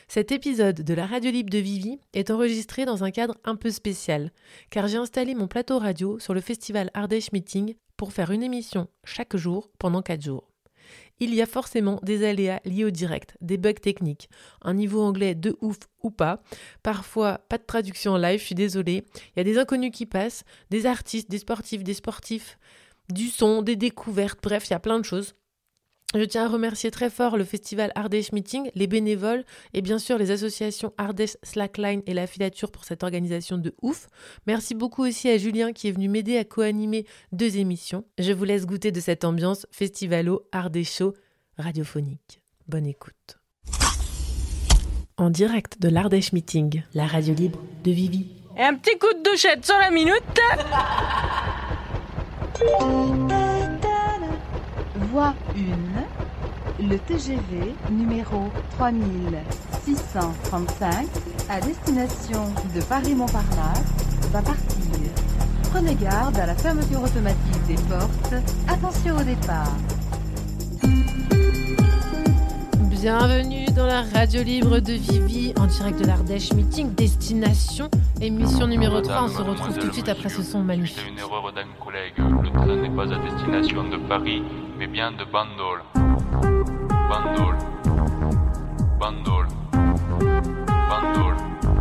Cet épisode de la Radio Libre de Vivi est enregistré dans un cadre un peu spécial, car j'ai installé mon plateau radio sur le festival Ardèche Meeting pour faire une émission chaque jour pendant 4 jours. Il y a forcément des aléas liés au direct, des bugs techniques, un niveau anglais de ouf ou pas, parfois pas de traduction en live, je suis désolée, il y a des inconnus qui passent, des artistes, des sportifs, du son, des découvertes, bref, il y a plein de choses. Je tiens à remercier très fort le festival Ardèche Meeting, les bénévoles et bien sûr les associations Ardèche Slackline et la Filature pour cette organisation de ouf. Merci beaucoup aussi à Julien qui est venu m'aider à co-animer 2 émissions. Je vous laisse goûter de cette ambiance festivalo-ardécho radiophonique. Bonne écoute. En direct de l'Ardèche Meeting, la radio libre de Vivi. Et un petit coup de douchette sur la minute. Voie 1, le TGV numéro 3635 à destination de Paris-Montparnasse va partir. Prenez garde à la fermeture automatique des portes. Attention au départ. Bienvenue dans la radio libre de Vivi, en direct de l'Ardèche Meeting, destination, émission numéro 3. On se retrouve tout de suite après ce son magnifique. C'est une erreur d'un collègue. Le train n'est pas à destination de Paris, mais bien de Bandol. Bandol. Bandol. Bandol.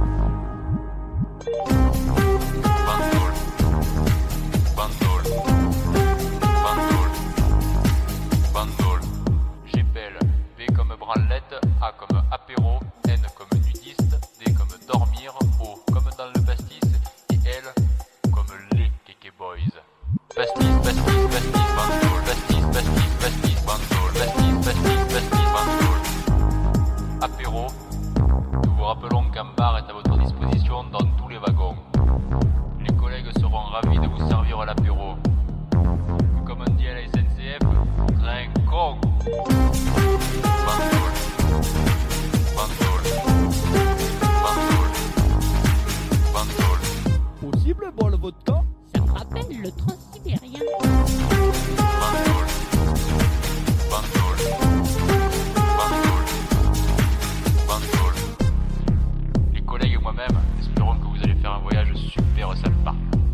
Bandol. Bandol. Bandol. Bandol. J'épelle. B comme branlette, A comme apéro, N comme nudiste, D comme dormir, O comme dans le pastis, et L comme les Keke Boys. Pastis, pastis, pastis, bandol, pastis, pastis, pastis, bandol, pastis, pastis, pastis, bandol. Apéro, nous vous rappelons qu'un bar est à votre disposition dans tous les wagons. Les collègues seront ravis de vous servir l'apéro. Comme on dit à la SNCF, train con. Bandol. Bandol. Bandol. Bandol. Possible, bon, le vodka? Ça me rappelle le transsibérien. Bandol. Bandol. Bandol. Bandol. Les collègues et moi-même espérons que vous allez faire un voyage super sympa.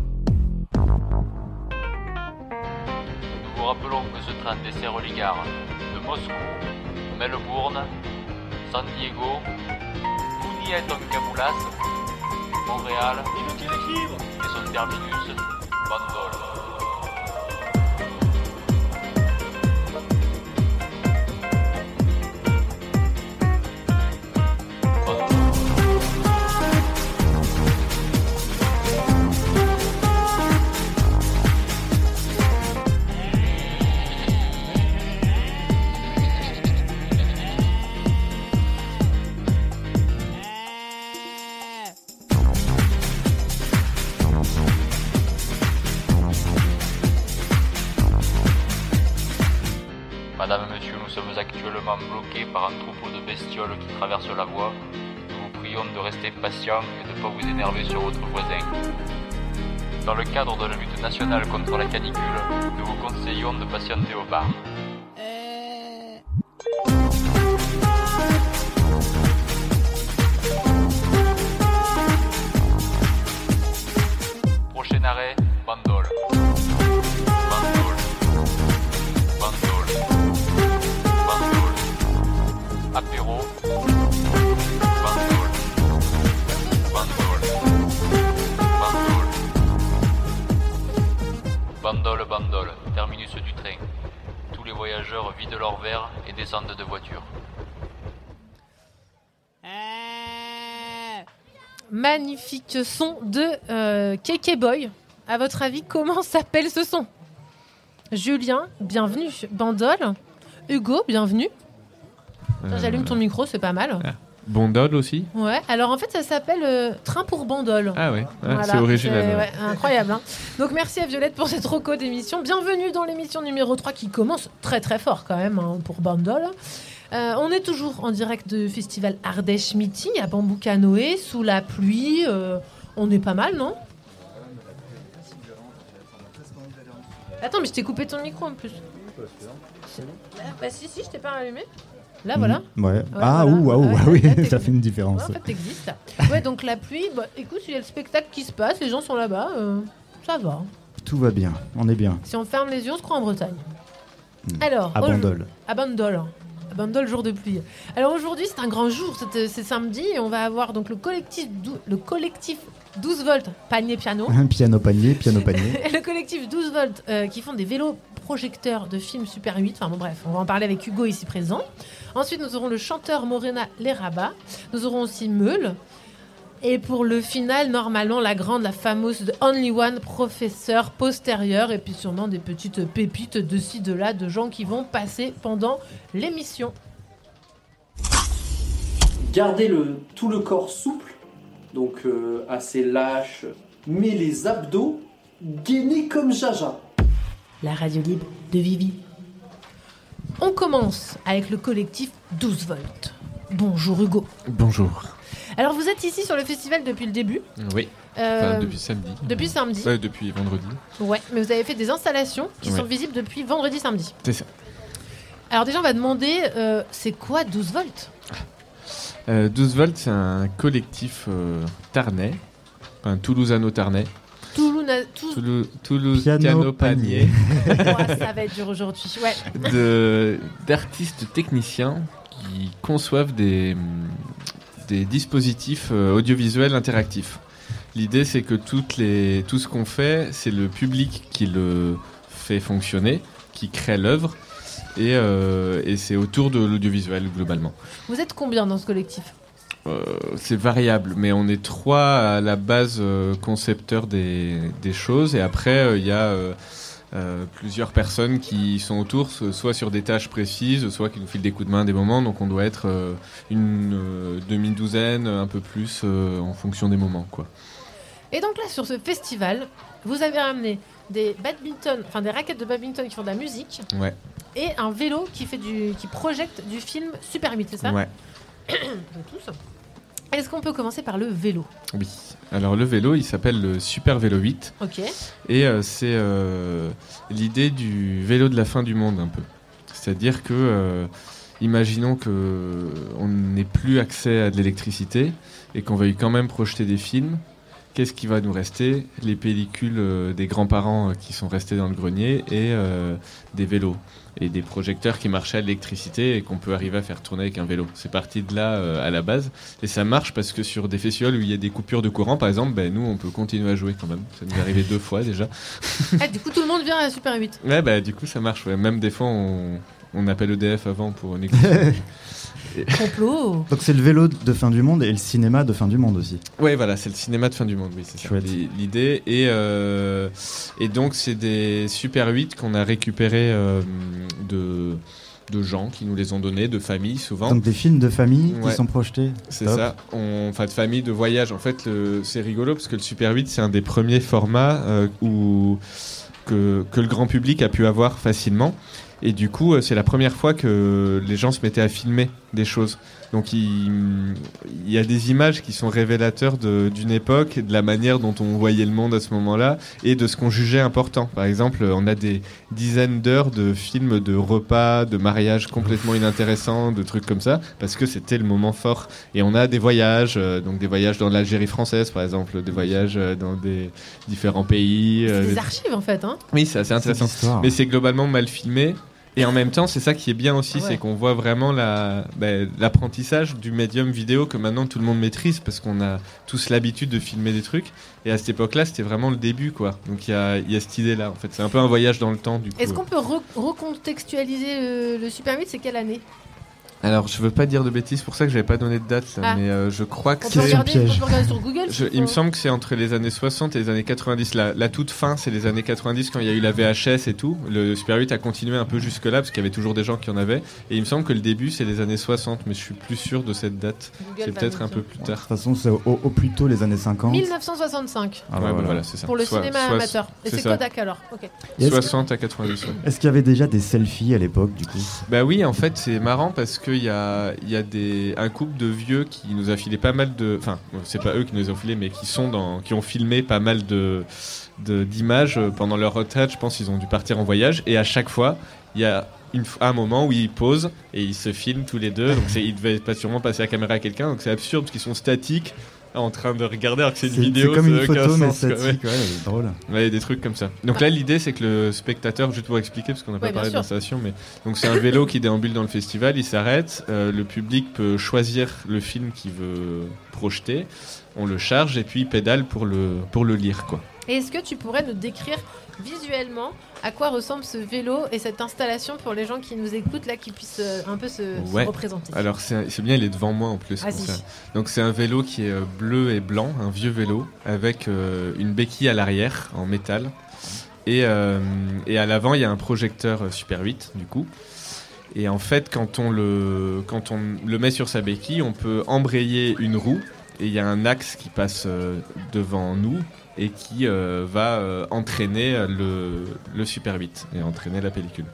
Nous vous rappelons que ce train dessert les gares de Moscou, Melbourne, San Diego, Kuniatonkabulas, Montréal et son terminus, Bandol. Madame, monsieur, nous sommes actuellement bloqués par un troupeau de bestioles qui traverse la voie. Nous vous prions de rester patient et de ne pas vous énerver sur votre voisin. Dans le cadre de la lutte nationale contre la canicule, nous vous conseillons de patienter au bar. Prochain arrêt, Bandol. Bandol. Bandol. Bandol. Apéro. Bandol. Bandol. Bandol. Bandol, bandol, terminus du train. Tous les voyageurs vident leurs verres et descendent de voiture. Magnifique son de Keke Boy. À votre avis, comment s'appelle ce son? Julien, bienvenue. Bandol. Hugo, bienvenue. Tiens, j'allume ton micro, c'est pas mal. Bandol aussi? Ouais, alors en fait ça s'appelle Train pour Bandol. Ah ouais, Voilà, c'est original. ouais, incroyable. Hein. Donc merci à Violette pour cette reco d'émission. Bienvenue dans l'émission numéro 3 qui commence très très fort quand même hein, pour Bandol. On est toujours en direct de Festival Ardèche Meeting à Bambou-Canoë, sous la pluie. On est pas mal, non? Attends, mais je t'ai coupé ton micro en plus. Bah si, je t'ai pas allumé. Là, voilà. Ouais. voilà. Oui, Là, ça fait une différence. Ouais, en fait, t'existes. Ouais, donc la pluie, écoute, il y a le spectacle qui se passe, les gens sont là-bas, ça va. Tout va bien, on est bien. Si on ferme les yeux, on se croit en Bretagne. Alors, À Bandol. À Bandol, jour de pluie. Alors aujourd'hui, c'est un grand jour, c'est samedi, et on va avoir donc le collectif 12 volts, panier piano. Piano panier. Le collectif 12 volts qui font des vélos projecteurs de films Super 8. Enfin bon, bref, on va en parler avec Hugo ici présent. Ensuite, nous aurons le chanteur Morena Leraba. Nous aurons aussi Meule. Et pour le final, normalement, la fameuse The Only One, professeur postérieur. Et puis sûrement des petites pépites de ci, de là, de gens qui vont passer pendant l'émission. Gardez tout le corps souple, donc assez lâche, mais les abdos gainés comme Jaja. La radio libre de Vivi. On commence avec le collectif 12 volts. Bonjour Hugo. Bonjour. Alors vous êtes ici sur le festival depuis le début. Oui, depuis samedi. Depuis samedi. Ouais, depuis vendredi. Ouais, mais vous avez fait des installations qui sont visibles depuis vendredi, samedi. C'est ça. Alors déjà on va demander, c'est quoi 12 volts 12 volts, c'est un collectif tarnais, un toulousano-tarnais. Toulouse piano panier. Ça va être dur aujourd'hui. Ouais. D'artistes techniciens qui conçoivent des dispositifs audiovisuels interactifs. L'idée, c'est que tout ce qu'on fait, c'est le public qui le fait fonctionner, qui crée l'œuvre, et c'est autour de l'audiovisuel globalement. Vous êtes combien dans ce collectif ? C'est variable, mais on est 3 à la base concepteurs des choses, et après il y a plusieurs personnes qui sont autour, soit sur des tâches précises, soit qui nous filent des coups de main à des moments, donc on doit être une demi-douzaine, un peu plus en fonction des moments, quoi. Et donc là, sur ce festival, vous avez ramené des raquettes de badminton qui font de la musique, ouais, et un vélo qui projette du film Super 8, c'est ça ? Ouais. Tous. Est-ce qu'on peut commencer par le vélo ? Oui. Alors le vélo, il s'appelle le Super Vélo 8. Ok. Et c'est l'idée du vélo de la fin du monde un peu. C'est-à-dire que, imaginons qu'on n'ait plus accès à de l'électricité et qu'on veuille quand même projeter des films. Qu'est-ce qui va nous rester ? Les pellicules des grands-parents qui sont restés dans le grenier et des vélos. Et des projecteurs qui marchaient à l'électricité et qu'on peut arriver à faire tourner avec un vélo. C'est parti de là à la base. Et ça marche parce que sur des festivals où il y a des coupures de courant, par exemple, nous, on peut continuer à jouer quand même. Ça nous est arrivé 2 fois déjà. Du coup, tout le monde vient à la Super 8. Ouais, du coup, ça marche. Ouais. Même des fois, on appelle EDF avant pour négocier. Complot. Donc c'est le vélo de fin du monde et le cinéma de fin du monde aussi. Ouais, voilà, c'est le cinéma de fin du monde, oui, c'est ça l'idée. Et donc c'est des Super 8 qu'on a récupérés de gens qui nous les ont donnés, de familles souvent. Donc des films de famille qui sont projetés. C'est ça, de famille, de voyage. En fait, c'est rigolo parce que le Super 8, c'est un des premiers formats que le grand public a pu avoir facilement. Et du coup, c'est la première fois que les gens se mettaient à filmer des choses. Donc il y a des images qui sont révélateurs d'une époque, de la manière dont on voyait le monde à ce moment-là, et de ce qu'on jugeait important. Par exemple, on a des dizaines d'heures de films de repas, de mariages complètement inintéressants, de trucs comme ça, parce que c'était le moment fort. Et on a des voyages, donc des voyages dans l'Algérie française, par exemple, des voyages dans des différents pays. C'est des archives, en fait. Hein. Oui, c'est assez intéressant. Mais c'est globalement mal filmé. Et en même temps, c'est ça qui est bien aussi, c'est qu'on voit vraiment l'apprentissage du médium vidéo que maintenant tout le monde maîtrise parce qu'on a tous l'habitude de filmer des trucs. Et à cette époque-là, c'était vraiment le début, quoi. Donc il y a cette idée-là, en fait. C'est un peu un voyage dans le temps, du coup. Est-ce qu'on peut recontextualiser le Super 8 ? C'est quelle année ? Alors, je veux pas dire de bêtises, pour ça que j'avais pas donné de date, là, mais je crois que c'est un piège. On peut regarder sur Google. Il me semble que c'est entre les années 60 et les années 90. La toute fin, c'est les années 90 quand il y a eu la VHS et tout. Le Super 8 a continué un peu jusque-là parce qu'il y avait toujours des gens qui en avaient. Et il me semble que le début, c'est les années 60, mais je suis plus sûr de cette date. Google, c'est peut-être un peu plus tard. De toute façon, c'est au plus tôt les années 50. 1965. Ah voilà, c'est ça. Pour le cinéma amateur. Et c'est Kodak alors. Okay. 60 à 90. Est-ce qu'il y avait déjà des selfies à l'époque, du coup ? Bah oui, en fait, c'est marrant parce qu'il y a un couple de vieux qui nous a filé pas mal de... Enfin, c'est pas eux qui nous ont filé, mais qui ont filmé pas mal d'images pendant leur retraite. Je pense qu'ils ont dû partir en voyage. Et à chaque fois, il y a à un moment où ils posent et ils se filment tous les deux. Donc ils devaient pas sûrement passer la caméra à quelqu'un. Donc c'est absurde parce qu'ils sont statiques en train de regarder alors que c'est une vidéo. C'est comme une aucun photo mais sens, quoi. statique, ouais, c'est drôle. Ouais, des trucs comme ça. Donc là, l'idée, c'est que le spectateur, juste pour expliquer, parce qu'on n'a pas parlé d'installation, mais donc c'est un vélo qui déambule dans le festival, il s'arrête, le public peut choisir le film qu'il veut projeter, on le charge et puis il pédale pour le lire, quoi. Et est-ce que tu pourrais nous décrire visuellement à quoi ressemble ce vélo et cette installation pour les gens qui nous écoutent, là, qui puissent un peu se représenter? Alors c'est bien, il est devant moi en plus. Comme ça. Donc c'est un vélo qui est bleu et blanc, un vieux vélo, avec une béquille à l'arrière en métal. Et à l'avant, il y a un projecteur Super 8, du coup. Et en fait, quand on le met sur sa béquille, on peut embrayer une roue. Et il y a un axe qui passe devant nous et qui va entraîner le Super 8 et entraîner la pellicule.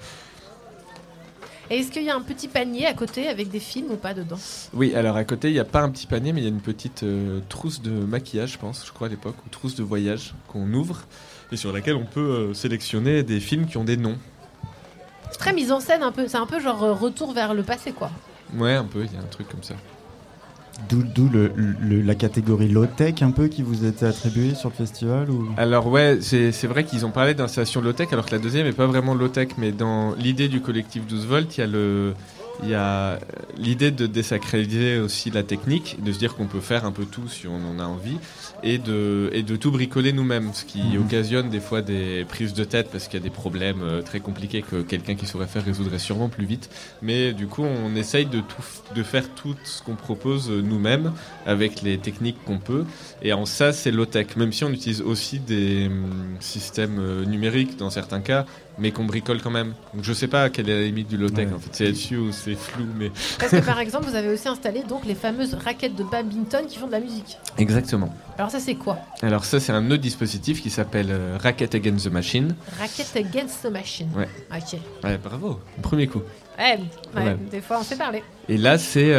Et est-ce qu'il y a un petit panier à côté avec des films ou pas dedans? Oui, alors à côté, il n'y a pas un petit panier, mais il y a une petite trousse de maquillage, je crois à l'époque, ou trousse de voyage qu'on ouvre et sur laquelle on peut sélectionner des films qui ont des noms. C'est très mise en scène un peu, c'est un peu genre retour vers le passé, quoi. Ouais, un peu, il y a un truc comme ça. D'où la catégorie low-tech un peu qui vous était attribuée sur le festival ou... Alors ouais, c'est vrai qu'ils ont parlé d'installation low-tech, alors que la deuxième n'est pas vraiment low-tech, mais dans l'idée du collectif 12 volts, il y a l'idée de désacraliser aussi la technique, de se dire qu'on peut faire un peu tout si on en a envie, et de tout bricoler nous-mêmes, ce qui occasionne des fois des prises de tête parce qu'il y a des problèmes très compliqués que quelqu'un qui saurait faire résoudrait sûrement plus vite. Mais du coup, on essaye de faire tout ce qu'on propose nous-mêmes avec les techniques qu'on peut. Et en ça, c'est low-tech, même si on utilise aussi des systèmes numériques dans certains cas, mais qu'on bricole quand même. Donc je sais pas quelle est la limite du low-tech, en fait. C'est là-dessus ou c'est flou, mais... Parce que par exemple, vous avez aussi installé donc les fameuses raquettes de badminton qui font de la musique. Exactement. Alors ça, c'est quoi? Alors ça, c'est un autre dispositif qui s'appelle Racket Against the Machine. Racket Against the Machine. Ouais. Ok. Ouais, bravo. Premier coup. Ouais, des fois on s'est parlé. Et là, c'est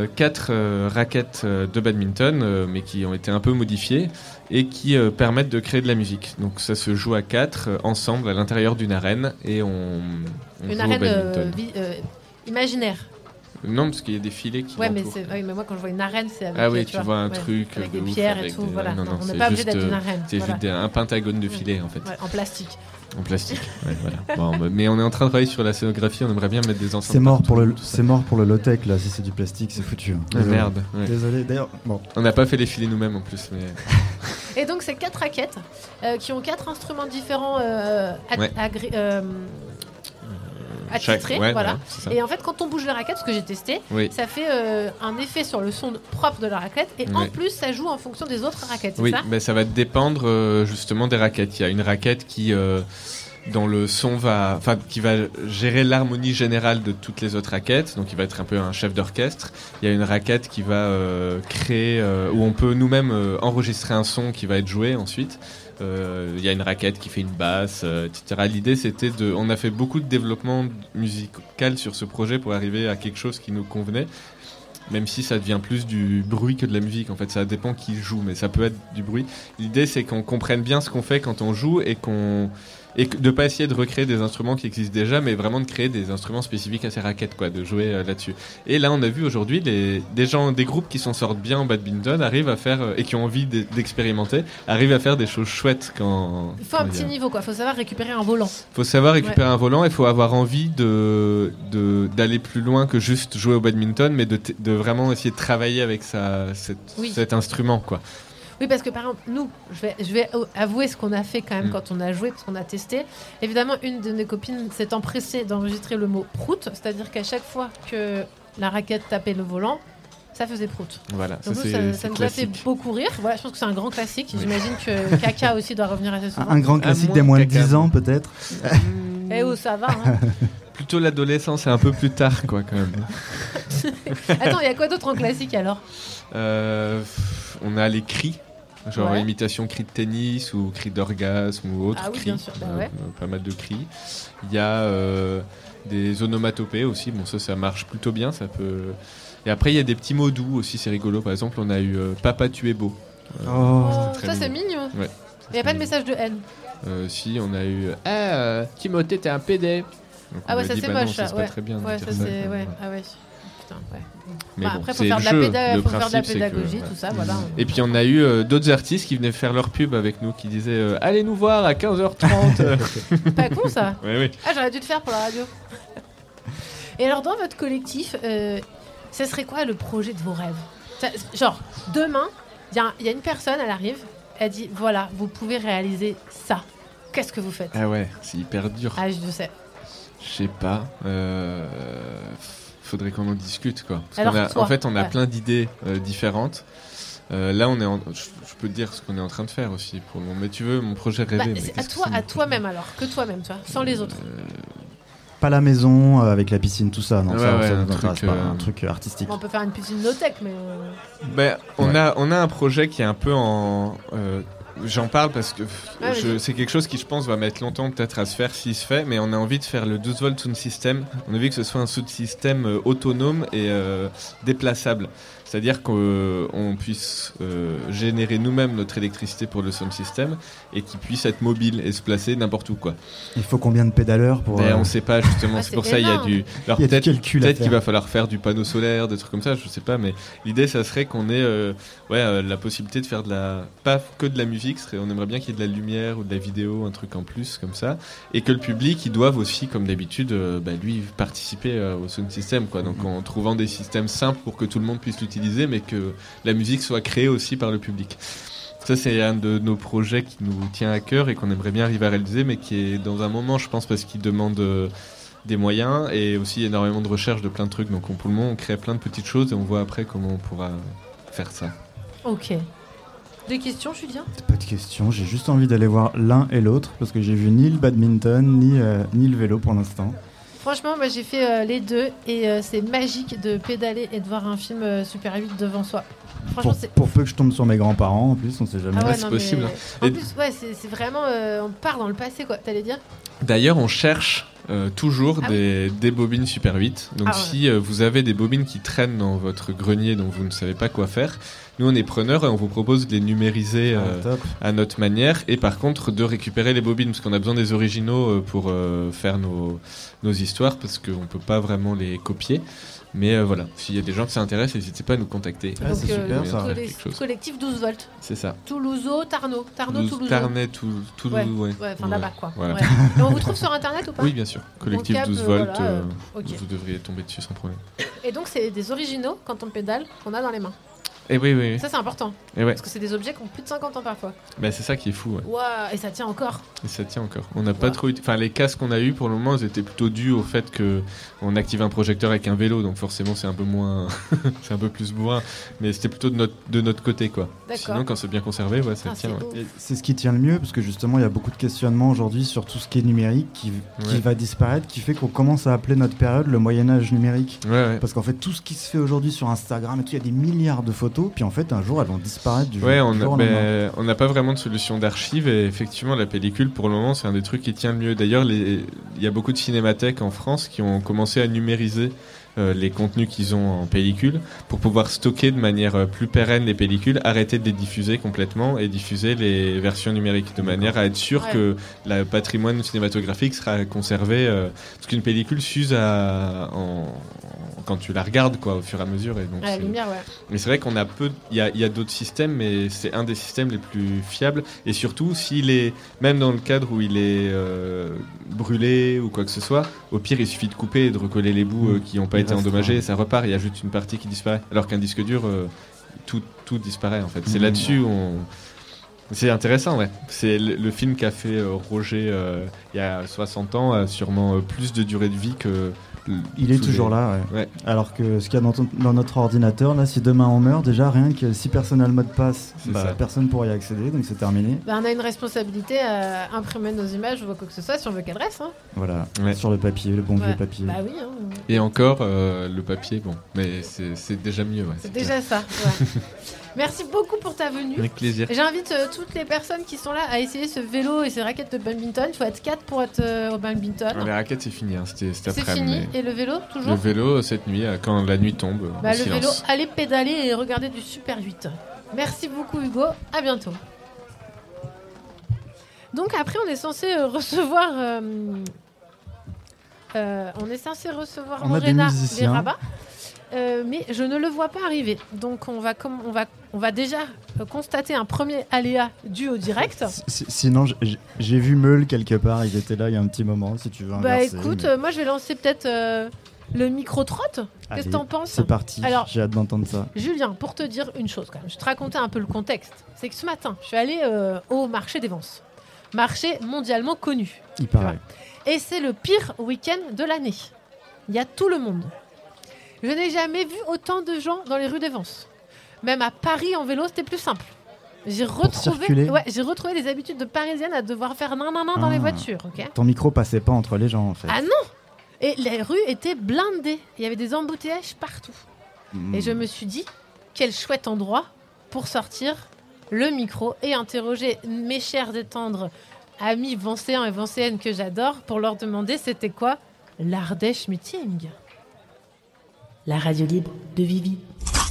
4 raquettes de badminton, mais qui ont été un peu modifiées et qui permettent de créer de la musique. Donc ça se joue à 4 ensemble à l'intérieur d'une arène et on une joue arène au badminton. Imaginaire. Non, parce qu'il y a des filets qui ouais, l'entourent. mais moi quand je vois une arène, c'est avec, ah oui, tu vois un truc avec de des ouf, pierres avec et tout. des... Voilà. Non, on n'est pas obligé d'être une arène. C'est juste un pentagone de filets en fait. Ouais, en plastique. En plastique, ouais, voilà. Bon, mais on est en train de travailler sur la scénographie, on aimerait bien mettre des enceintes. C'est mort pour le low-tech là, si c'est du plastique, c'est foutu. Ah, merde. Ouais. Désolé, d'ailleurs. Bon. On n'a pas fait les filets nous-mêmes en plus. Mais... Et donc ces 4 raquettes qui ont 4 instruments différents attitrés, voilà. Et en fait, quand on bouge la raquette, ce que j'ai testé, ça fait un effet sur le son propre de la raquette et en plus, ça joue en fonction des autres raquettes, c'est ça? Ben, ça va dépendre justement des raquettes. Il y a une raquette qui, dans le son, qui va gérer l'harmonie générale de toutes les autres raquettes, donc il va être un peu un chef d'orchestre. Il y a une raquette qui va créer, où on peut nous-mêmes enregistrer un son qui va être joué ensuite. Il y a une raquette qui fait une basse, etc. L'idée, c'était on a fait beaucoup de développement musical sur ce projet pour arriver à quelque chose qui nous convenait, même si ça devient plus du bruit que de la musique. En fait, ça dépend qui joue, mais ça peut être du bruit. L'idée, c'est qu'on comprenne bien ce qu'on fait quand on joue et de pas essayer de recréer des instruments qui existent déjà, mais vraiment de créer des instruments spécifiques à ces raquettes, quoi, de jouer là-dessus. Et là, on a vu aujourd'hui des groupes qui s'en sortent bien en badminton arrivent à faire et qui ont envie d'expérimenter, arrivent à faire des choses chouettes quand. Il faut un petit niveau, quoi. Faut savoir récupérer un volant. Faut savoir récupérer un volant. Il faut avoir envie d'aller plus loin que juste jouer au badminton, mais de vraiment essayer de travailler avec cet instrument, quoi. Oui, parce que par exemple, nous, je vais avouer ce qu'on a fait quand même quand on a joué, parce qu'on a testé. Évidemment, une de mes copines s'est empressée d'enregistrer le mot prout, c'est-à-dire qu'à chaque fois que la raquette tapait le volant, ça faisait prout. Voilà, donc ça nous a fait beaucoup rire. Voilà, je pense que c'est un grand classique. Oui. J'imagine que Caca aussi doit revenir assez souvent. Un grand classique des moins de 10 ans, peut-être. Eh oh, ça va. Hein. Plutôt l'adolescence, c'est un peu plus tard, quoi, quand même. Attends, il y a quoi d'autre en classique alors? On a les cris. Genre imitation cri de tennis ou cri d'orgasme ou autre cri. Bien sûr, pas mal de cris. Il y a des onomatopées aussi. Bon, ça marche plutôt bien. Ça peut. Et après, il y a des petits mots doux aussi. C'est rigolo. Par exemple, on a eu Papa, tu es beau. Ça, c'est mignon. Il n'y a pas de message de haine. Si, on a eu Timothée, t'es un PD. Donc Ah on ouais, m'a ça dit, c'est bah non, moche, ça, ça. c'est pas Ouais, très bien de ouais, dire ça ça, c'est. quoi. Ouais, ah ouais. Putain, ouais. Mais Bah, bon, après, faut c'est faire le de la jeu. Le faut faire de la principe, c'est que, pédagogie, ouais. tout ça, voilà. Et puis on a eu d'autres artistes qui venaient faire leur pub avec nous, qui disaient allez nous voir à 15h30. Pas con ça. Oui. Ah, j'aurais dû le faire pour la radio. Et alors, dans votre collectif, ça serait quoi le projet de vos rêves ? Genre, demain, il y a une personne, elle arrive, elle dit voilà, vous pouvez réaliser ça. Qu'est-ce que vous faites ? Ah ouais, c'est hyper dur. Ah, je sais. Je sais pas. Faudrait qu'on en discute, quoi. Parce Alors, qu'on a, toi, en fait, on a ouais. plein d'idées différentes. Là, je peux te dire ce qu'on est en train de faire aussi pour le moment. Mais tu veux, mon projet rêvé. Bah, mais c'est qu'est-ce que à c'est, mon toi-même alors, que toi-même, tu vois, sans les autres. Pas la maison avec la piscine, tout ça. Non, Ouais, ça ouais, nous un intéresse truc, pas. Un truc artistique. Bon, on peut faire une petite no-tech, mais. On a un projet qui est un peu en. J'en parle parce que c'est quelque chose qui, je pense, va mettre longtemps peut-être à se faire s'il se fait, mais on a envie de faire le 12 volt sound system. On a envie que ce soit un sound system autonome et déplaçable. C'est-à-dire qu'on puisse générer nous-mêmes notre électricité pour le sound system et qu'il puisse être mobile et se placer n'importe où, quoi. Il faut combien de pédaleurs pour... On sait pas, justement. Ah, c'est pour c'est ça il y a énorme. du... Alors Il y a du peut-être calcul à qu'il faire. va falloir faire du panneau solaire, des trucs comme ça, je sais pas, mais l'idée ça serait qu'on ait la possibilité de faire pas que de la musique, on aimerait bien qu'il y ait de la lumière ou de la vidéo, un truc en plus comme ça, et que le public il doive aussi, comme d'habitude, lui participer au sound system, quoi. Donc en trouvant des systèmes simples pour que tout le monde puisse l'utiliser, mais que la musique soit créée aussi par le public. Ça, c'est un de nos projets qui nous tient à cœur et qu'on aimerait bien arriver à réaliser, mais qui est dans un moment, je pense, parce qu'il demande des moyens et aussi énormément de recherche de plein de trucs. Donc pour le moment, on crée plein de petites choses et on voit après comment on pourra faire ça. Ok. Des questions, Julien ? Pas de questions, j'ai juste envie d'aller voir l'un et l'autre parce que j'ai vu ni le badminton ni le vélo pour l'instant. Franchement, moi j'ai fait les deux et c'est magique de pédaler et de voir un film Super 8 devant soi. Franchement, Pour peu que je tombe sur mes grands-parents, en plus, on sait jamais. Ah ouais, c'est non, possible. mais... En plus, ouais, c'est vraiment... on part dans le passé, quoi. T'allais dire ? D'ailleurs, on cherche toujours Ah des bobines Super 8. Donc Ah ouais. si vous avez des bobines qui traînent dans votre grenier dont vous ne savez pas quoi faire, nous on est preneurs et on vous propose de les numériser Top. à notre manière, et par contre de récupérer les bobines parce qu'on a besoin des originaux pour faire nos histoires, parce qu'on peut pas vraiment les copier. Mais voilà, s'il y a des gens qui s'intéressent, n'hésitez pas à nous contacter. Ah, c'est super, ça. Quelque chose. Collectif 12 volts. C'est ça. Toulouseau, Tarno. Toulouseau. Tarnet, Toulouse, Ouais, enfin là-bas, quoi. Voilà. Ouais. Et on vous trouve sur Internet ou pas ? Oui, bien sûr. Collectif Mon cap, 12 volts, voilà, ok. vous devriez tomber dessus sans problème. Et donc, c'est des originaux, quand on pédale, qu'on a dans les mains. Et oui. Ça, c'est important. Et ouais. Parce que c'est des objets qui ont plus de 50 ans parfois. Bah, c'est ça qui est fou. Ouais. Waouh, et ça tient encore. Et ça tient encore. On n'a pas trop. Enfin, les casques qu'on a eu pour le moment, ils étaient plutôt dus au fait que on active un projecteur avec un vélo, donc forcément c'est un peu moins, c'est un peu plus bourrin. Mais c'était plutôt de notre côté, quoi. D'accord. Sinon, quand c'est bien conservé, ouais, ça Ah, tient. c'est Ouais. beau. Et c'est ce qui tient le mieux parce que justement il y a beaucoup de questionnements aujourd'hui sur tout ce qui est numérique qui va disparaître, qui fait qu'on commence à appeler notre période le Moyen-Âge numérique. Ouais. Parce qu'en fait tout ce qui se fait aujourd'hui sur Instagram et tout, il y a des milliards de photos, puis en fait un jour elles vont disparaître du jour au lendemain. On n'a pas vraiment de solution d'archive et effectivement la pellicule pour le moment c'est un des trucs qui tient le mieux. D'ailleurs il y a beaucoup de cinémathèques en France qui ont commencé à numériser les contenus qu'ils ont en pellicule pour pouvoir stocker de manière plus pérenne les pellicules, arrêter de les diffuser complètement et diffuser les versions numériques de manière à être sûr que le patrimoine cinématographique sera conservé, parce qu'une pellicule s'use quand tu la regardes, quoi, au fur et à mesure. Et donc À la lumière, ouais. Mais c'est vrai qu'on a il y a d'autres systèmes, mais c'est un des systèmes les plus fiables. Et surtout, s'il est, même dans le cadre où il est brûlé ou quoi que ce soit, au pire, il suffit de couper et de recoller les bouts qui n'ont pas été endommagés, et ça repart. Il y a juste une partie qui disparaît. Alors qu'un disque dur, tout disparaît, en fait. C'est là-dessus où c'est intéressant, ouais. C'est le film qu'a fait Roger il y a 60 ans, a sûrement plus de durée de vie que... Il est toujours là, ouais. Alors que ce qu'il y a dans notre ordinateur, là, si demain on meurt, déjà rien que si personne n'a le mot de passe, personne ne pourra y accéder, donc c'est terminé. On a une responsabilité à imprimer nos images ou quoi que ce soit si on veut qu'elles restent. Hein. Voilà, sur le papier, le bon vieux papier. Bah oui. Hein. Et encore, le papier, bon, mais c'est déjà mieux. Ouais, c'est déjà ça. Ouais. Merci beaucoup pour ta venue. Avec plaisir. J'invite toutes les personnes qui sont là à essayer ce vélo et ces raquettes de badminton. Il faut être 4 pour être au badminton. Les raquettes, c'est fini. Hein. C'était c'est fini. Et le vélo, toujours ? Le vélo, cette nuit, quand la nuit tombe. Le vélo, allez pédaler et regarder du Super 8. Merci beaucoup, Hugo. À bientôt. Donc après, on est censé recevoir On est censé recevoir On a des Morena musiciens. Leraba, mais je ne le vois pas arriver. Donc on va déjà constater un premier aléa dû au direct. Sinon, j'ai vu Meul quelque part, il était là il y a un petit moment, si tu veux Bah inverser. écoute, moi je vais lancer peut-être le micro-trotte. Qu'est-ce que t'en penses ? C'est parti, Alors, j'ai hâte d'entendre ça. Julien, pour te dire une chose quand même, je te racontais un peu le contexte. C'est que ce matin, je suis allée au marché des Vences. Marché mondialement connu. Il paraît. Et c'est le pire week-end de l'année. Il y a tout le monde. Je n'ai jamais vu autant de gens dans les rues des Vences. Même à Paris en vélo, c'était plus simple. J'ai retrouvé les habitudes de Parisiennes à devoir faire nan dans les voitures. Okay, ton micro passait pas entre les gens en fait. Ah non. Et les rues étaient blindées. Il y avait des embouteillages partout. Et je me suis dit, quel chouette endroit pour sortir le micro et interroger mes chers et tendres amis vencéens et vencéennes que j'adore pour leur demander c'était quoi l'Ardèche Meeting. La radio libre de Vivi.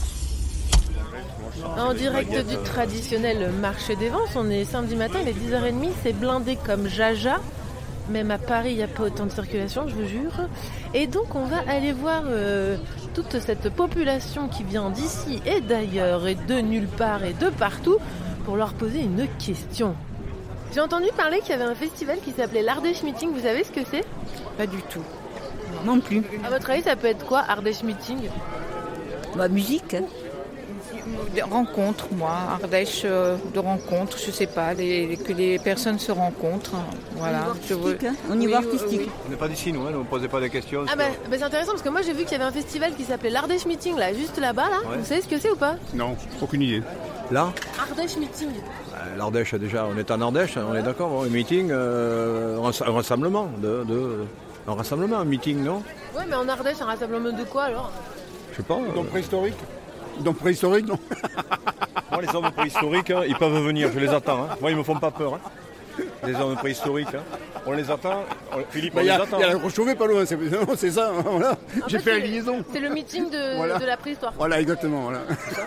En direct du traditionnel marché des Vences, on est samedi matin, il est 10h30, c'est blindé comme jaja. Même à Paris, il n'y a pas autant de circulation, je vous jure. Et donc, on va aller voir toute cette population qui vient d'ici et d'ailleurs, et de nulle part et de partout, pour leur poser une question. J'ai entendu parler qu'il y avait un festival qui s'appelait l'Ardèche Meeting. Vous savez ce que c'est ? Pas du tout. Non plus. À votre avis, ça peut être quoi, Ardèche Meeting ? Bah, musique. Des rencontres, moi. Ardèche de rencontres, je sais pas. Que les personnes se rencontrent. Voilà. Au niveau artistique. On n'est pas d'ici, nous, ne posez pas des questions. Ah bah c'est intéressant parce que moi j'ai vu qu'il y avait un festival qui s'appelait l'Ardèche Meeting, là, juste là-bas, là. Ouais. Vous savez ce que c'est ou pas ? Non, aucune idée. Là Ardèche Meeting. L'Ardèche, déjà, on est en Ardèche, on est d'accord, un meeting, un rassemblement, un rassemblement, un meeting, non ? Ouais, mais en Ardèche, un rassemblement de quoi alors ? Je sais pas. Donc préhistorique ? Donc préhistorique, non ? Moi, les hommes préhistoriques, ils peuvent venir, je les attends. Moi, ils me font pas peur. Les hommes préhistoriques, on les attend. Philippe, on les attend. Il y a la grosse chauvet pas loin, c'est ça, voilà. J'ai fait la liaison. C'est le meeting de la préhistoire. Voilà, exactement, voilà.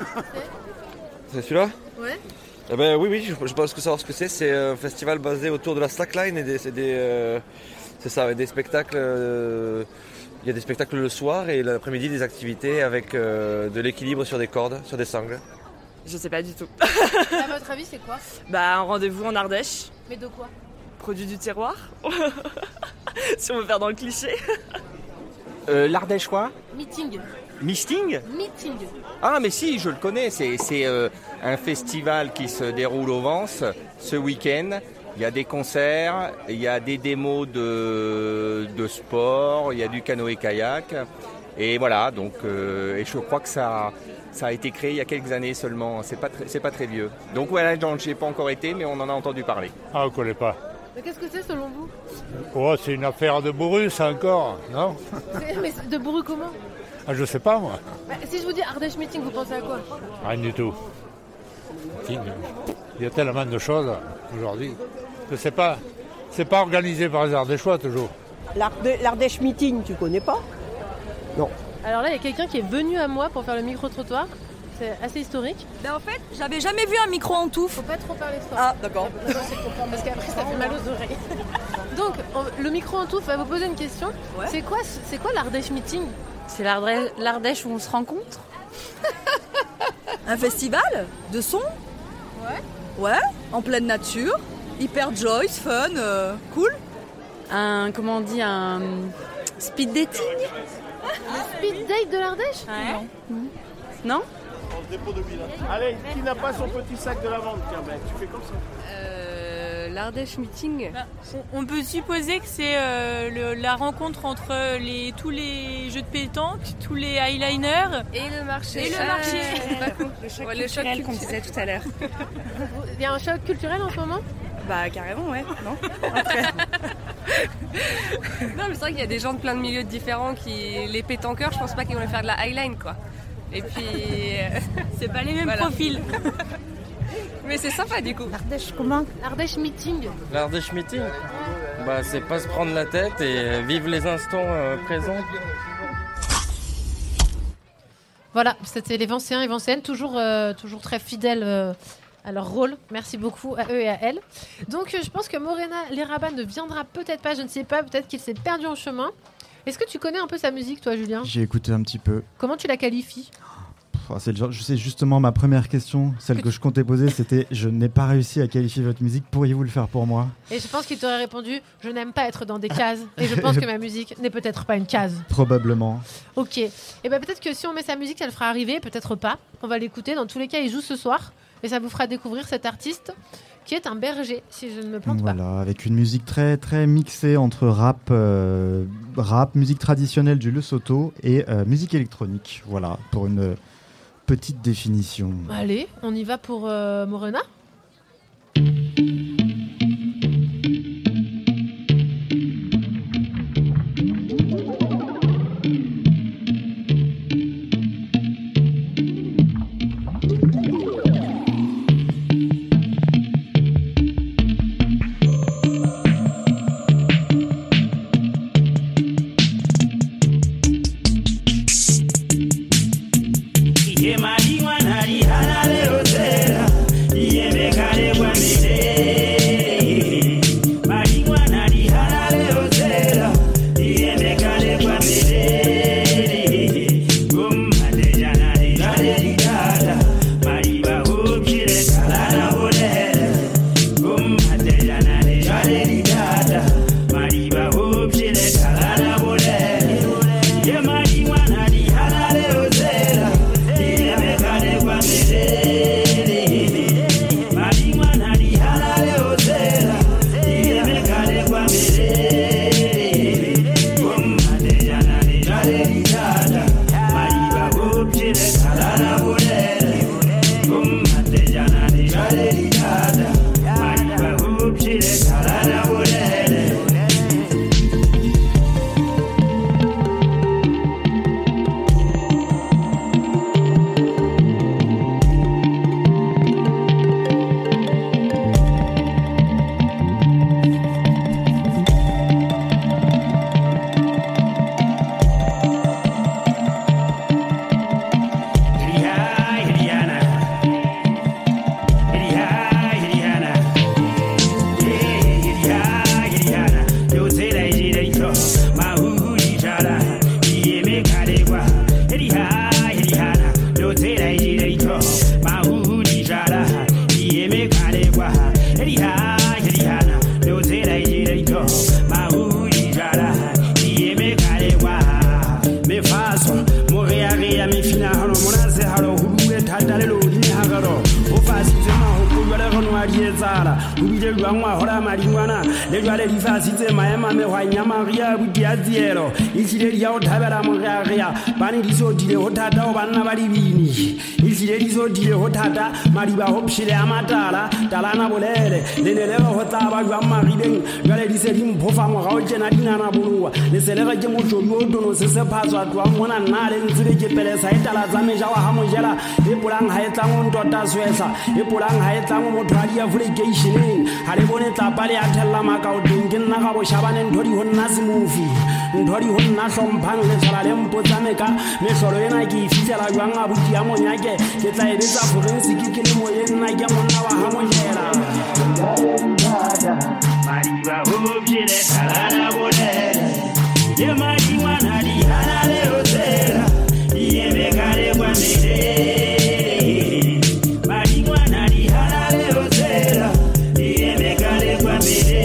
C'est celui-là ? Ouais. Eh ben oui, je pense que savoir ce que c'est. C'est un festival basé autour de la slackline et c'est ça, des spectacles. Il y a des spectacles le soir et l'après-midi des activités avec de l'équilibre sur des cordes, sur des sangles. Je sais pas du tout. À votre avis, c'est quoi ? Bah, un rendez-vous en Ardèche. Mais de quoi ? Produit du terroir. Si on veut faire dans le cliché. L'Ardèche quoi ? Meeting. Meeting ? Meeting. Ah mais si, je le connais, c'est un festival qui se déroule au Vence ce week-end. Il y a des concerts, il y a des démos de sport, il y a du canoë-kayak. Et voilà, donc et je crois que ça a été créé il y a quelques années seulement, c'est pas très vieux. Donc voilà, j'y ai pas encore été, mais on en a entendu parler. Ah, on ne connaît pas. Mais qu'est-ce que c'est selon vous ? Oh, c'est une affaire de bourru, ça encore, non ? Mais de bourru comment ? Ah, je sais pas, moi. Bah, si je vous dis Ardèche Meeting, vous pensez à quoi ? Rien du tout. Il y a tellement de choses aujourd'hui que c'est pas organisé par les Ardéchois toujours. L'Ardèche Meeting, tu connais pas ? Non. Alors là, il y a quelqu'un qui est venu à moi pour faire le micro-trottoir. C'est assez historique. Ben en fait, j'avais jamais vu un micro en touffe. Faut pas trop parler fort. Ah, d'accord. Parce qu'après, ça fait mal aux oreilles. Donc, le micro en touffe va vous poser une question. Ouais. C'est quoi l'Ardèche Meeting ? C'est l'Ardèche où on se rencontre. Un festival de son. Ouais, en pleine nature. Hyper joyous, fun, cool. Un speed dating. Le speed date de l'Ardèche ? Ouais. Non ? Dépôt de bilan. Allez, qui n'a pas son petit sac de lavande ? Tiens, ben, tu fais comme ça. L'Ardèche Meeting. On peut supposer que c'est la rencontre entre tous les jeux de pétanque, tous les eyeliners et le marché. Le choc culturel qu'on disait tout à l'heure. Il y a un choc culturel en ce moment ? Bah carrément, ouais. Non, non, mais c'est vrai qu'il y a des gens de plein de milieux différents les pétanqueurs, je pense pas qu'ils vont faire de la eyeline, quoi. Et puis, c'est pas les mêmes profils. Mais c'est sympa du coup. L'Ardèche comment ? L'Ardèche Meeting. L'Ardèche Meeting ? Bah, c'est pas se prendre la tête et vivre les instants présents. Voilà, c'était les Vencéens et Vencéennes, toujours très fidèles à leur rôle. Merci beaucoup à eux et à elles. Donc, je pense que Morena Leraba ne viendra peut-être pas, je ne sais pas, peut-être qu'il s'est perdu en chemin. Est-ce que tu connais un peu sa musique, toi, Julien ? J'ai écouté un petit peu. Comment tu la qualifies ? C'est le genre, je sais justement ma première question, celle que je comptais poser, c'était je n'ai pas réussi à qualifier votre musique, pourriez-vous le faire pour moi ? Et je pense qu'il t'aurait répondu je n'aime pas être dans des cases et je pense que ma musique n'est peut-être pas une case. Probablement. Ok. Et ben peut-être que si on met sa musique, ça le fera arriver, peut-être pas. On va l'écouter. Dans tous les cas, il joue ce soir et ça vous fera découvrir cet artiste qui est un berger, si je ne me plante pas. Voilà, avec une musique très très mixée entre rap, musique traditionnelle du Lesotho et musique électronique. Voilà, pour une petite définition. Allez, on y va pour Morena. Mariba hopshile amatala talana bolele lenelelo hotaba jwa marideng jale disedim phofa mo ga o tjena dinana bolua le selega ke motho yo dono se se phatswa twa mona nna le ntsile ke pele sa etala tsa meja wa ha mojela e polang ha etla mo ntota swesa e polang ha etla mo motho a dia vacation ha le bone tla pale a thella makao teng ke nna ga bo shabane nthodi ho nna se movie nthodi ho nna hlomphang le tsala le mpotsa meka me hlolo ena ke ifitela jwang a buti ya monyake ke tla ebetsa forensic ke le moyeng nna ke monna wa ha mojela mariba hobjele talana bolele ye mariwa na di halale otela ye megare kwa mede mariwa na di halale otela ye megare kwa mede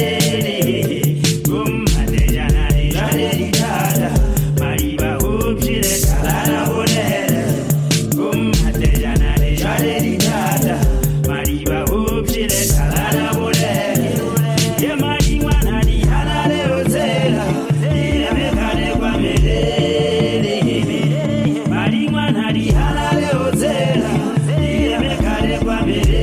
gumade jana di jale di dada mariba hobjele talana bolele gumade jana di jale di dada mariba hobjele talana bolele ye mariwa na di halale otela ye megare kwa mede mariwa na di halale otela ye megare kwa mede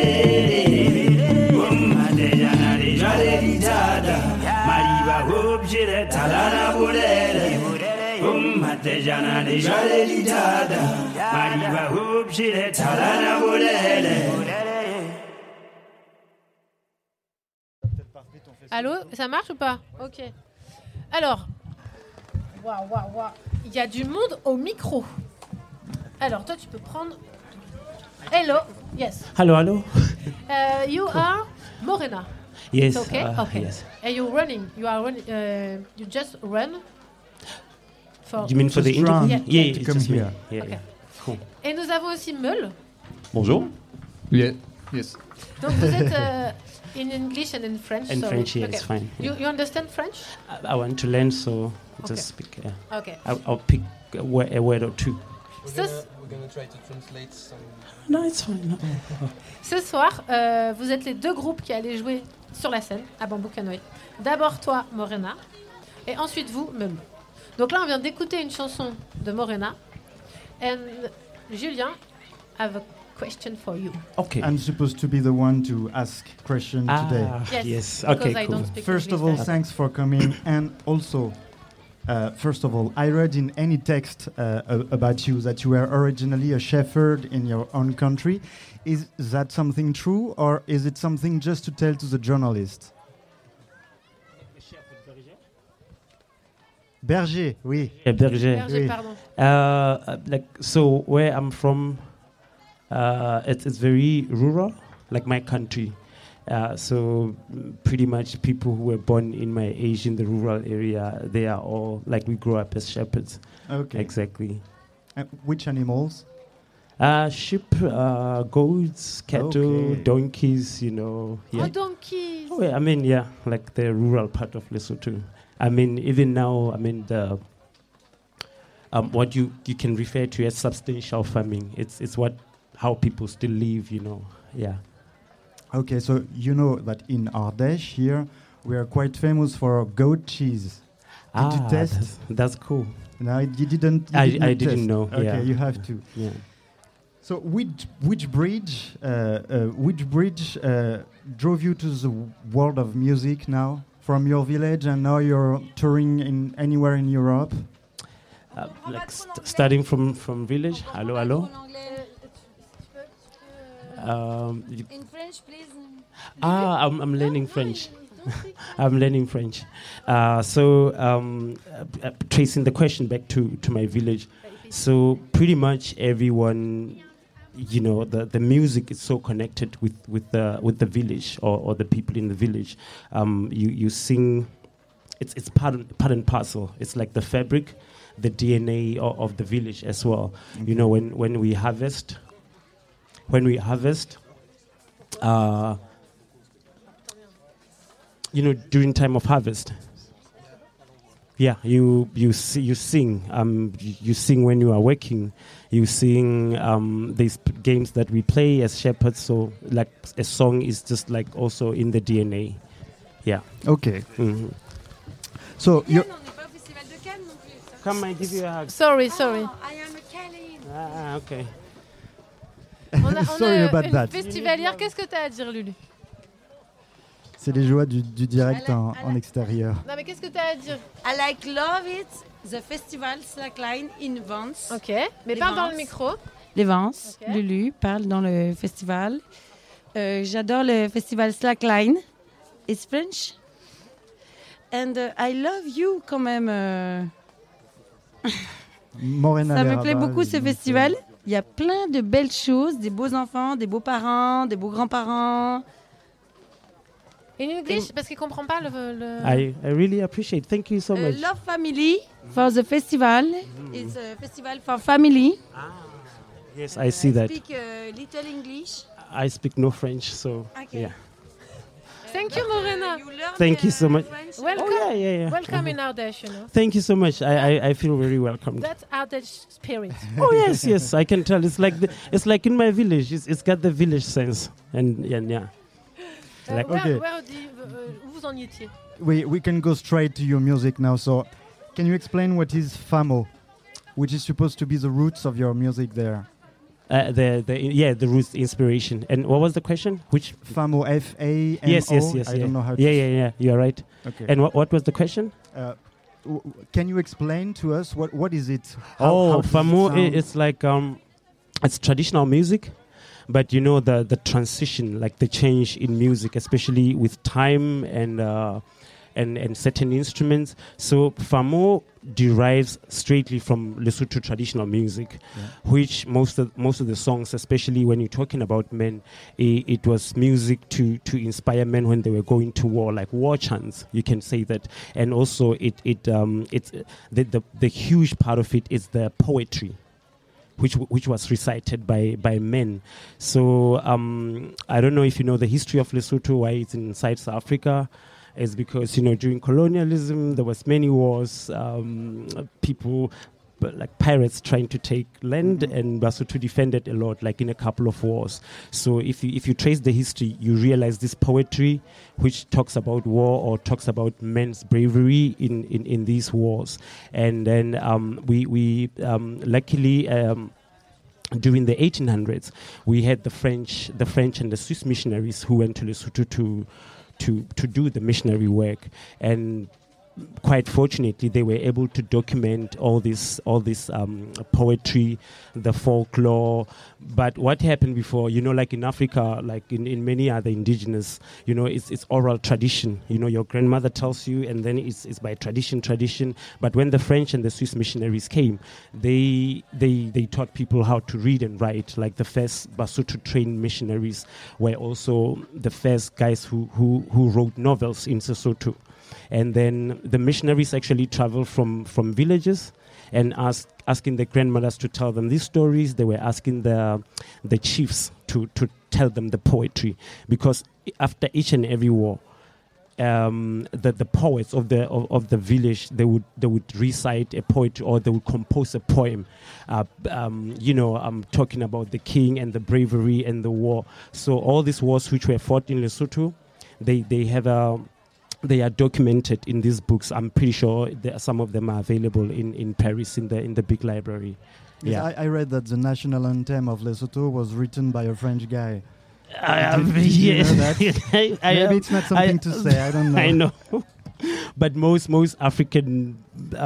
gumade jana di jale di dada mariba hobjele talana bolele gumade jana di jale di dada mariba hobjele talana bolele. Allô, ça marche ou pas? Ok. Alors, waouh. Il y a du monde au micro. Alors, toi, tu peux prendre. Hello, yes. Hello. You are Morena. Yes. It's okay. Okay. Yes. And you're running. You are running. You just run You mean for the interview? Yeah, to it's come just me. here. Yeah, Okay. yeah. Cool. Et nous avons aussi Meul. Bonjour. Yeah. Yes. Donc vous êtes in English and in French. In so French, yeah, it's fine. You understand French? I want to learn, so Okay. just speak. Okay. I'll pick a word or two. Ce, We're gonna try to translate some. No, it's fine. No. ce soir, vous êtes les deux groupes qui allaient jouer sur la scène à Bamboo Canoë. D'abord toi, Morena, et ensuite vous, Meul. Donc là, on vient d'écouter une chanson de Morena. And Julien, I have a question for you. Okay. I'm supposed to be the one to ask question today. Yes, Okay, because I cool. don't speak First of all, English. thanks for coming. And also, first of all, I read in any text about you that you were originally a shepherd in your own country. Is that something true, or is it something just to tell to the journalists? Berger, oui. Yeah, berger. Berger, pardon. Like, so where I'm from, it's very rural, like my country. So pretty much people who were born in my age in the rural area, they are all like we grew up as shepherds. Okay. Exactly. Which animals? Sheep, goats, cattle, Okay. donkeys, you know. Oh, donkeys! Oh, yeah, I mean, yeah, like the rural part of Lesotho. I mean, even now, I mean, the what you can refer to as substantial farming. It's how people still live, you know. Yeah. Okay, so you know that in Ardèche here, we are quite famous for our goat cheese. Did you test? That's cool. No, you didn't. You I didn't didn't test. know. Okay, Yeah. you have to. Yeah. So which bridge drove you to the world of music now? From your village, and now you're touring in anywhere in Europe? Like starting from village. Hello, hello. In French, please. I'm learning French. I'm learning French. Tracing the question back to my village. So pretty much everyone, you know, the music is so connected with the village or the people in the village. You sing. It's part and parcel. It's like the fabric, the DNA of the village as well. Mm-hmm. You know, when we harvest. You know, during time of harvest. Yeah, you sing. You sing when you are working. You sing these games that we play as shepherds. So, like a song is just like also in the DNA. Yeah. Okay. Mm-hmm. So you. Come, I give you a hug. Sorry. I am a Kelly. Okay. On a Sorry about une that. festivalière. Qu'est-ce que tu as à dire, Lulu? C'est les joies du direct en extérieur. Non, mais qu'est-ce que tu as à dire? I love it. The festival slackline in Vence. Ok, mais parle dans le micro. Les Vence. Ok. Lulu parle dans le festival. J'adore le festival slackline. It's French. And I love you quand même. Morena Ça me Leraba, plaît beaucoup ce donc, festival. Il y a plein de belles choses, des beaux enfants, des beaux parents, des beaux grands-parents. In English, parce qu'il comprend pas le... I really appreciate. Thank you so much. Love family for the festival. It's a festival for family. Yes, I see that. Speak little English. I speak no French, so Okay. yeah. Thank you, Morena. Thank you so much. Welcome. Oh, yeah. Welcome Mhm. in Ardèche, you know. Thank you so much. I feel very welcomed. That's Ardèche spirit. Oh yes, I can tell. It's like in my village. It's got the village sense, and yeah. Like, Où vous en étiez? We can go straight to your music now. So, can you explain what is Famo, which is supposed to be the roots of your music there? The roots, inspiration. And what was the question? Which Famo, F-A-M-O? Yes. I don't know how to... Yeah. You're right. Okay. And what was the question? Can you explain to us what is it? How does it Famo, sound? it's like it's traditional music, but you know the transition, like the change in music, especially with time and and certain instruments. So Famo derives straightly from Lesotho traditional music, which most of the songs, especially when you're talking about men, it was music to inspire men when they were going to war, like war chants. You can say that, and also it's the huge part of it is the poetry, which was recited by men. So I don't know if you know the history of Lesotho, why it's inside South Africa. Is because, during colonialism, there was many wars, people like pirates trying to take land, and Basotho defended a lot, like in a couple of wars. So if you trace the history, you realize this poetry, which talks about war or talks about men's bravery in these wars. And then we luckily... during the 1800s, we had the French and the Swiss missionaries who went to Lesotho to do the missionary work, and quite fortunately they were able to document all this poetry, the folklore. But what happened before, like in Africa, like in many other indigenous, it's oral tradition. Your grandmother tells you, and then it's by tradition. But when the French and the Swiss missionaries came, they taught people how to read and write. Like the first Basotho trained missionaries were also the first guys who wrote novels in Sesotho. And then the missionaries actually traveled from villages and asking the grandmothers to tell them these stories. They were asking the chiefs to tell them the poetry, because after each and every war, the poets of the village, they would recite a poetry, or they would compose a poem. I'm talking about the king and the bravery and the war. So all these wars which were fought in Lesotho, they are documented in these books. I'm pretty sure some of them are available in Paris in the big library. Yes, I read that the national anthem of Lesotho was written by a French guy. Did you know that? Maybe it's not something to say. I don't know. I know. But most African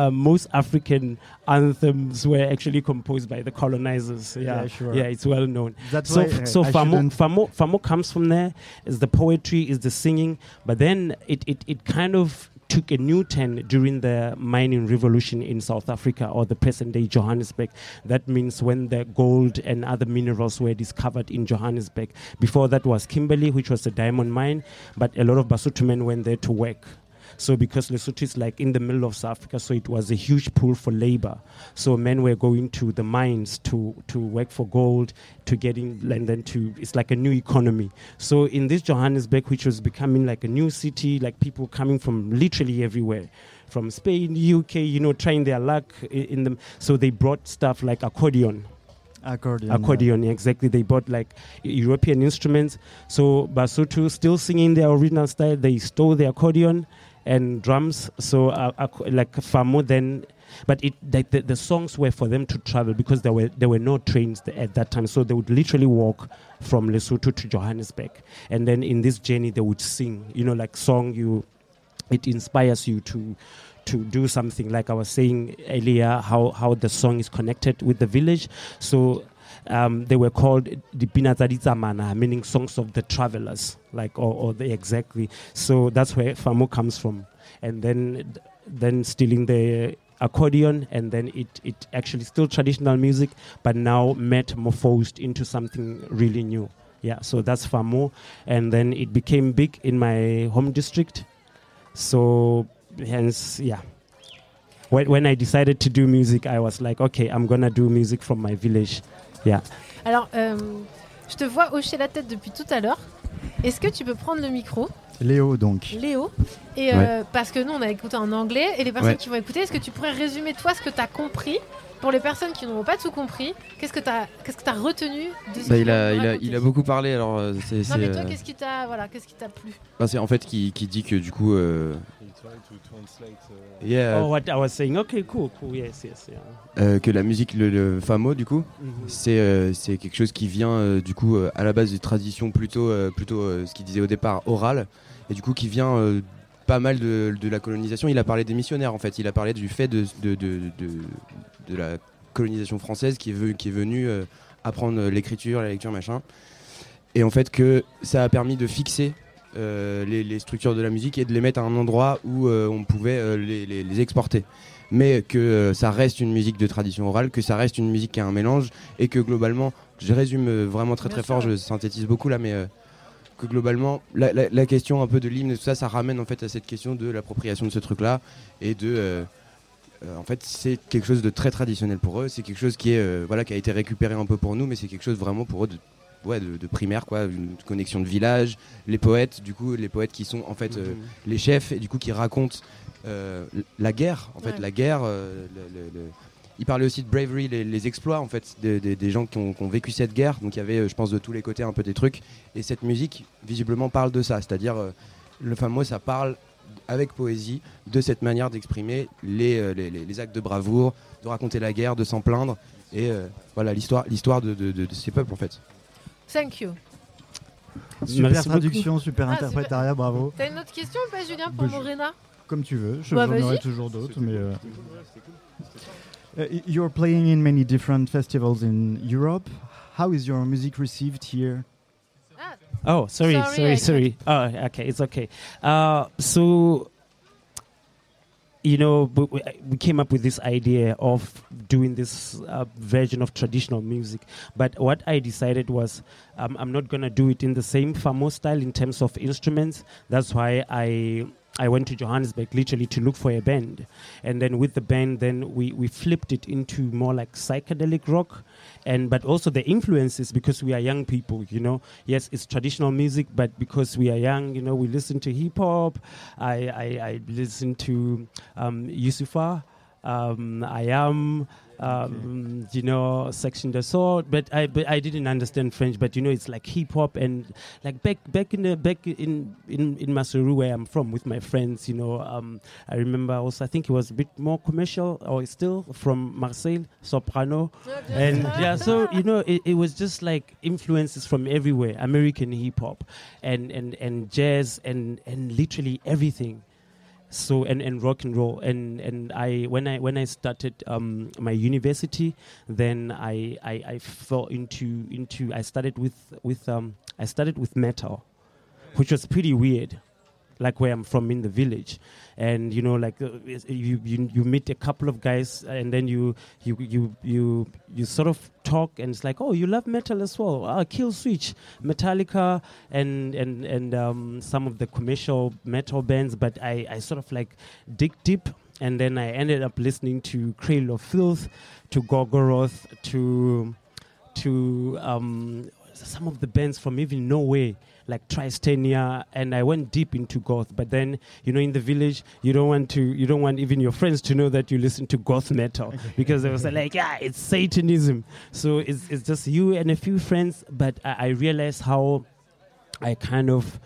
anthems were actually composed by the colonizers. Yeah, sure. Yeah, it's well known. That's so why Famo comes from there. Is the poetry, is the singing, but then it kind of took a new turn during the mining revolution in South Africa, or the present-day Johannesburg. That means when the gold and other minerals were discovered in Johannesburg. Before that was Kimberley, which was a diamond mine, but a lot of Basotho men went there to work. So because Lesotho is like in the middle of South Africa, so it was a huge pool for labor. So men were going to the mines to work for gold, to get in, and then it's like a new economy. So in this Johannesburg, which was becoming like a new city, like people coming from literally everywhere, from Spain, UK, trying their luck in them. So they brought stuff like accordion, yeah. Exactly. They bought like European instruments. So Basotho, still singing their original style, they stole the accordion and drums. So like Famo then, but the songs were for them to travel, because there were no trains at that time. So they would literally walk from Lesotho to Johannesburg, and then in this journey they would sing. Like song, it inspires you to do something. Like I was saying earlier, how the song is connected with the village. So they were called Dipina tsa Ditsamana, meaning songs of the travelers, like or exactly. So that's where Famo comes from, and then stealing the accordion, and then it actually still traditional music, but now metamorphosed into something really new. Yeah, so that's Famo, and then it became big in my home district. So hence, yeah. When I decided to do music, I was like, okay, I'm gonna do music from my village. Yeah. Alors, je te vois hocher la tête depuis tout à l'heure. Est-ce que tu peux prendre le micro ? Léo, donc. Léo. Et parce que nous, on a écouté en anglais, et les personnes qui vont écouter, est-ce que tu pourrais résumer, toi, ce que tu as compris ? Pour les personnes qui n'ont pas tout compris, qu'est-ce que tu as retenu de ce il a beaucoup parlé, alors c'est... Non, mais toi, qu'est-ce qui t'a plu ? C'est en fait qui dit que du coup... Yeah. Oh, what I was saying. Okay, cool. Yes, yeah. Que la musique, le Famo, du coup, c'est quelque chose qui vient du coup à la base des traditions plutôt ce qu'il disait au départ orale, et du coup qui vient pas mal de la colonisation. Il a parlé des missionnaires, en fait. Il a parlé du fait de la colonisation française qui est venue apprendre l'écriture, la lecture, machin. Et en fait que ça a permis de fixer les structures de la musique et de les mettre à un endroit où on pouvait les exporter. Mais que ça reste une musique de tradition orale, que ça reste une musique qui a un mélange, et que globalement, je résume vraiment très fort, je synthétise beaucoup là, mais que globalement, la question un peu de l'hymne et tout ça, ça ramène en fait à cette question de l'appropriation de ce truc-là, et de... en fait, c'est quelque chose de très traditionnel pour eux, c'est quelque chose qui est qui a été récupéré un peu pour nous, mais c'est quelque chose vraiment pour eux de primaire, quoi, une connexion de village, les poètes qui sont en fait les chefs, et du coup qui racontent la guerre, en fait, la guerre. Il parlait aussi de bravery, les exploits en fait des gens qui ont vécu cette guerre. Donc il y avait, je pense, de tous les côtés un peu des trucs. Et cette musique, visiblement, parle de ça. C'est-à-dire, le fameux, ça parle avec poésie de cette manière d'exprimer les actes de bravoure, de raconter la guerre, de s'en plaindre. Et voilà, l'histoire de ces peuples en fait. Thank you. Super traduction, super interprétariat, bravo. T'as une autre question ou pas, Julien, pour Morena? Comme tu veux, j'en aurai toujours d'autres. Mais you're playing in many different festivals in Europe. How is your music received here? Oh, sorry. Oh, okay, it's okay. So, you know, we came up with this idea of doing this version of traditional music. But what I decided was I'm not going to do it in the same Famo style in terms of instruments. That's why I went to Johannesburg literally to look for a band. And then with the band, then we flipped it into more like psychedelic rock. But also the influences, because we are young people, you know. Yes, it's traditional music, but because we are young, you know, we listen to hip hop. I listen to Yusufa. I am, you know, Section de Sword, but I didn't understand French. But you know, it's like hip hop, and like back in Masuru, where I'm from, with my friends. You know, I remember also, I think it was a bit more commercial, or still from Marseille, Soprano, and yeah. So you know, it was just like influences from everywhere, American hip hop, and jazz, and literally everything. So and rock and roll, and I when I started my university, then I fell into I started with metal, which was pretty weird, like where I'm from in the village, and you know, like you meet a couple of guys, and then you sort of talk, and it's like, oh, you love metal as well. Kill Switch, Metallica, and some of the commercial metal bands, but I sort of like dig deep, and then I ended up listening to Cradle of Filth, to Gorgoroth, to some of the bands from even Norway, like Tristania, and I went deep into goth. But then, you know, in the village, you don't want even your friends to know that you listen to goth metal, because they was like, yeah, it's Satanism. So it's just you and a few friends. But I realized how I kind of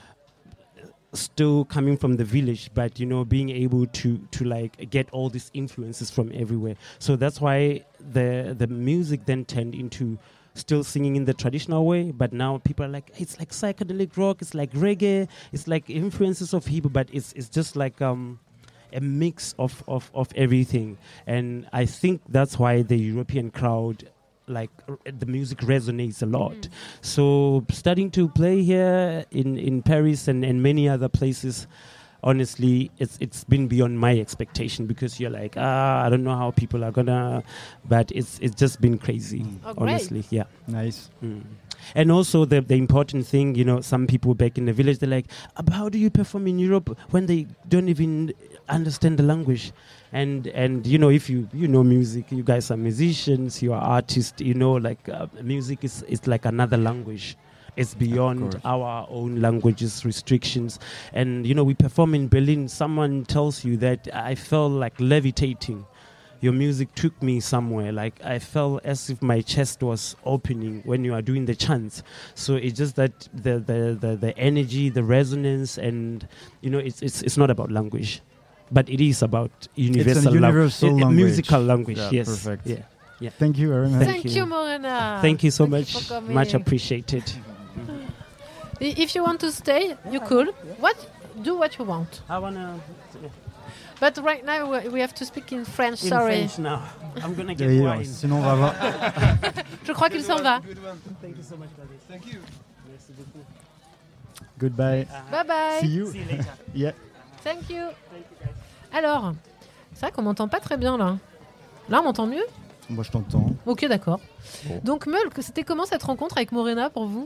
still coming from the village, but you know, being able to like get all these influences from everywhere. So that's why the music then turned into still singing in the traditional way, but now people are like, it's like psychedelic rock, it's like reggae, it's like influences of hip hop, but it's just like a mix of everything. And I think that's why the European crowd, like the music resonates a lot. So starting to play here in Paris and many other places, honestly, it's been beyond my expectation, because you're like, I don't know how people are gonna, but it's just been crazy, honestly. Yeah, nice. And also the important thing, you know, some people back in the village, they're like, how do you perform in Europe when they don't even understand the language? And you know, if you know music, you guys are musicians, you are artists, you know, like music is like another language. It's beyond our own languages restrictions. And, you know, we perform in Berlin. Someone tells you that I felt like levitating. Your music took me somewhere. Like I felt as if my chest was opening when you are doing the chants. So it's just that the energy, the resonance, and, you know, it's not about language, but it is about universal language. Musical language. Yeah, yes. Perfect. Yeah. Thank you very much. Thank you, Morena. Thank you so much. Much appreciated. If you want to stay, you could. Do what you want. I wanna. But right now we have to speak in French. In sorry. French now. I'm gonna get wine. Sinon on va voir. Je crois qu'il s'en va. Thank you so much, buddy. Thank you. Merci beaucoup. Goodbye. Bye bye. See you. See you later. Yeah. Thank you. Alors, c'est vrai qu'on m'entend pas très bien là. Là, on m'entend mieux ? Moi, je t'entends. Ok, d'accord. Bon. Donc, Meul, c'était comment cette rencontre avec Morena pour vous ?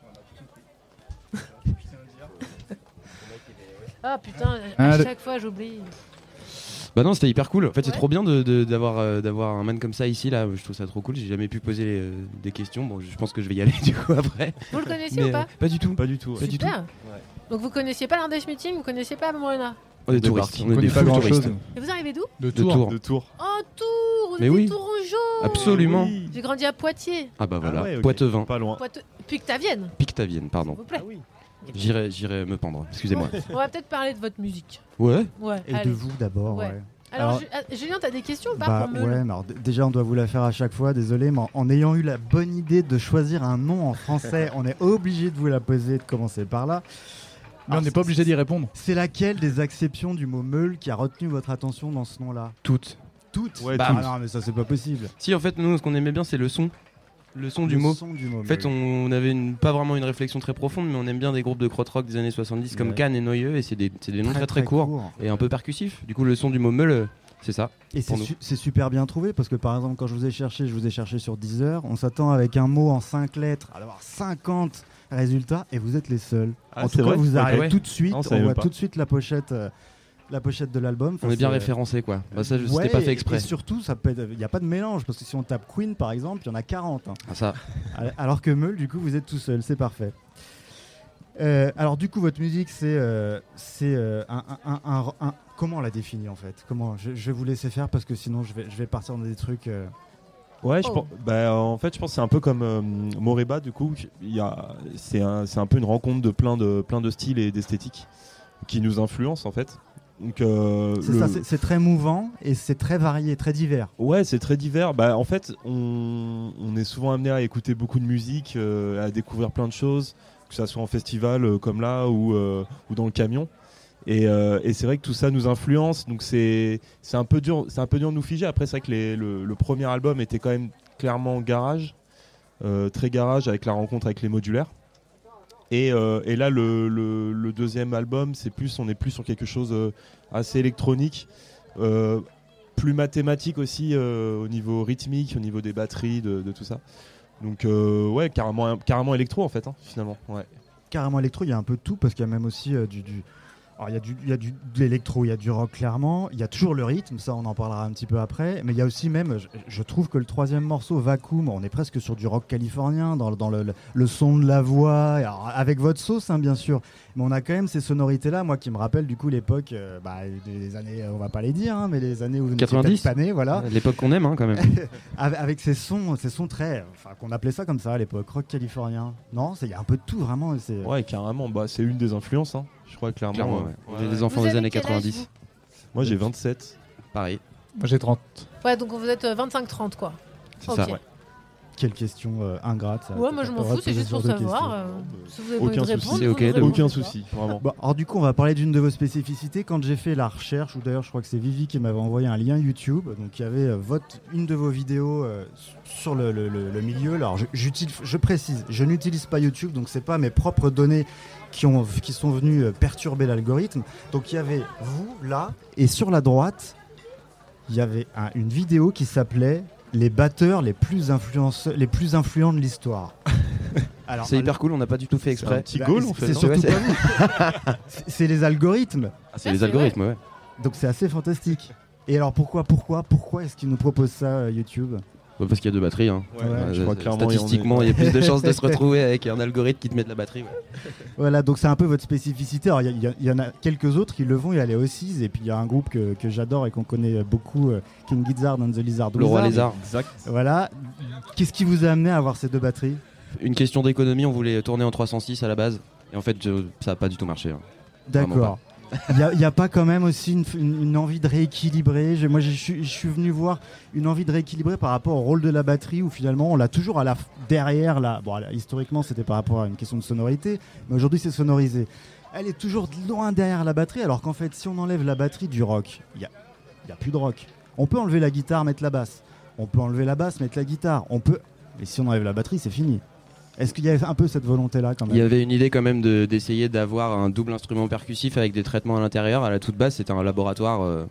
Ah putain, à chaque fois j'oublie. Bah non, c'était hyper cool. En fait, c'est trop bien d'avoir un man comme ça ici. Là, je trouve ça trop cool. J'ai jamais pu poser des questions. Bon, je pense que je vais y aller du coup après. Vous le connaissiez ou pas ? Pas du tout. Pas du tout. Super. Donc vous connaissiez pas l'Ardèche Meeting, vous connaissiez pas Morena ? On est touristes. On est des full touristes. Et vous arrivez d'où ? De Tours. Oh, Tours. Mais oui. Tourangeau. Absolument. Oui. J'ai grandi à Poitiers. Ah bah voilà. Okay. Poitevin. Pas loin. Pictavienne. Pictavienne, pardon. S'il vous plaît. J'irai me pendre. Excusez-moi. On va peut-être parler de votre musique. Ouais. Et allez. de vous d'abord. Ouais. Alors Julien, t'as des questions ou pas pour Meul ? Ouais, mais alors, déjà on doit vous la faire à chaque fois, désolé, mais en ayant eu la bonne idée de choisir un nom en français, on est obligé de vous la poser et de commencer par là. Mais on n'est pas obligé d'y répondre. C'est laquelle des acceptions du mot Meul qui a retenu votre attention dans ce nom-là ? Toutes. Ouais, bah, non, mais ça c'est pas possible. Si, en fait, nous, ce qu'on aimait bien, c'est le son. Le son du mot. En fait, on avait pas vraiment une réflexion très profonde, mais on aime bien des groupes de krautrock des années 70 comme Cannes et Noyeux, et c'est des noms très courts et un peu percussifs. Du coup, le son du mot Meul, c'est ça. Et c'est super bien trouvé, parce que par exemple, quand je vous ai cherché sur Deezer, on s'attend avec un mot en 5 lettres à avoir 50 résultats, et vous êtes les seuls. En tout cas, vous arrivez tout de suite, on voit tout de suite la pochette de l'album. On est bien référencé, quoi. Bah, ça, c'était pas fait exprès. Et surtout, il n'y a pas de mélange, parce que si on tape Queen par exemple, il y en a 40. Hein. Ah, ça. Alors que Meul, du coup, vous êtes tout seul, c'est parfait. Alors du coup, votre musique, c'est comment on la définit en fait ? Comment je vais vous laisser faire, parce que sinon je vais partir dans des trucs. Ouais, en fait, je pense que c'est un peu comme Moreba, du coup. C'est un peu une rencontre de plein de styles et d'esthétiques qui nous influencent en fait. Donc, c'est très mouvant et c'est très varié, très divers. Ouais, c'est très divers. Bah, en fait, on est souvent amené à écouter beaucoup de musique, à découvrir plein de choses, que ça soit en festival comme là ou dans le camion. Et c'est vrai que tout ça nous influence, donc c'est un peu dur de nous figer. Après, c'est vrai que le premier album était quand même clairement garage, très garage, avec la rencontre avec les modulaires. Et là, le deuxième album, on est plus sur quelque chose assez électronique, plus mathématique aussi au niveau rythmique, au niveau des batteries, de tout ça. Donc ouais, carrément électro en fait, hein, finalement. Ouais. Carrément électro, il y a un peu de tout, parce qu'il y a même aussi Alors il y a de l'électro, il y a du rock clairement, il y a toujours le rythme, ça on en parlera un petit peu après, mais il y a aussi même, je trouve que le troisième morceau, Vacuum, on est presque sur du rock californien, dans le son de la voix, alors, avec votre sauce hein, bien sûr, mais on a quand même ces sonorités-là, moi qui me rappellent du coup l'époque, des années, on va pas les dire, hein, mais les années où vous 90, pas né, voilà. L'époque qu'on aime hein, quand même. Avec ces sons très, qu'on appelait ça comme ça à l'époque, rock californien. Non, il y a un peu de tout vraiment. Ouais, carrément, c'est une des influences, hein. Je crois clairement. Ouais. On est des enfants des années 90. Moi j'ai 27. Pareil. Moi j'ai 30. Ouais, donc vous êtes 25-30 quoi. C'est ça. Ouais. Quelle question ingrate. Ça, ouais, moi je m'en fous, c'est juste pour savoir. Si vous avez aucun pas souci, aucun souci, vraiment. Bon, alors du coup, on va parler d'une de vos spécificités. Quand j'ai fait la recherche, ou d'ailleurs je crois que c'est Vivi qui m'avait envoyé un lien YouTube, donc il y avait une de vos vidéos sur le milieu. Alors je précise, je n'utilise pas YouTube, donc c'est pas mes propres données qui sont venues perturber l'algorithme. Donc il y avait vous là, et sur la droite, il y avait une vidéo qui s'appelait les batteurs les plus influents de l'histoire. Alors, c'est hyper cool, on n'a pas du tout fait exprès. C'est un petit goal, en fait. C'est surtout pas vous. C'est les algorithmes. Ah, c'est les algorithmes, ouais. Donc c'est assez fantastique. Et alors pourquoi est-ce qu'ils nous proposent ça, YouTube ? Parce qu'il y a 2 batteries. Hein. Ouais, je crois statistiquement, il y a plus de chances de se retrouver avec un algorithme qui te met de la batterie. Ouais. Voilà, donc c'est un peu votre spécificité. Alors il y en a quelques autres qui le vont y aller aussi. Et puis il y a un groupe que j'adore et qu'on connaît beaucoup, King Gizzard and the Lizard. Le Roi Lézard. Exact. Voilà. Qu'est-ce qui vous a amené à avoir ces 2 batteries ? Une question d'économie, on voulait tourner en 306 à la base. Et en fait, ça n'a pas du tout marché. Hein. D'accord. Il n'y a pas quand même aussi une envie de rééquilibrer. Moi, je suis venu voir une envie de rééquilibrer par rapport au rôle de la batterie, où finalement, on l'a toujours derrière. Historiquement, c'était par rapport à une question de sonorité, mais aujourd'hui, c'est sonorisé. Elle est toujours loin derrière la batterie, alors qu'en fait, si on enlève la batterie du rock, il n'y a plus de rock. On peut enlever la guitare, mettre la basse. On peut enlever la basse, mettre la guitare. Mais si on enlève la batterie, c'est fini. Est-ce qu'il y a un peu cette volonté-là quand même? Il y avait une idée quand même d'essayer d'avoir un double instrument percussif avec des traitements à l'intérieur. À la toute base, c'était un laboratoire.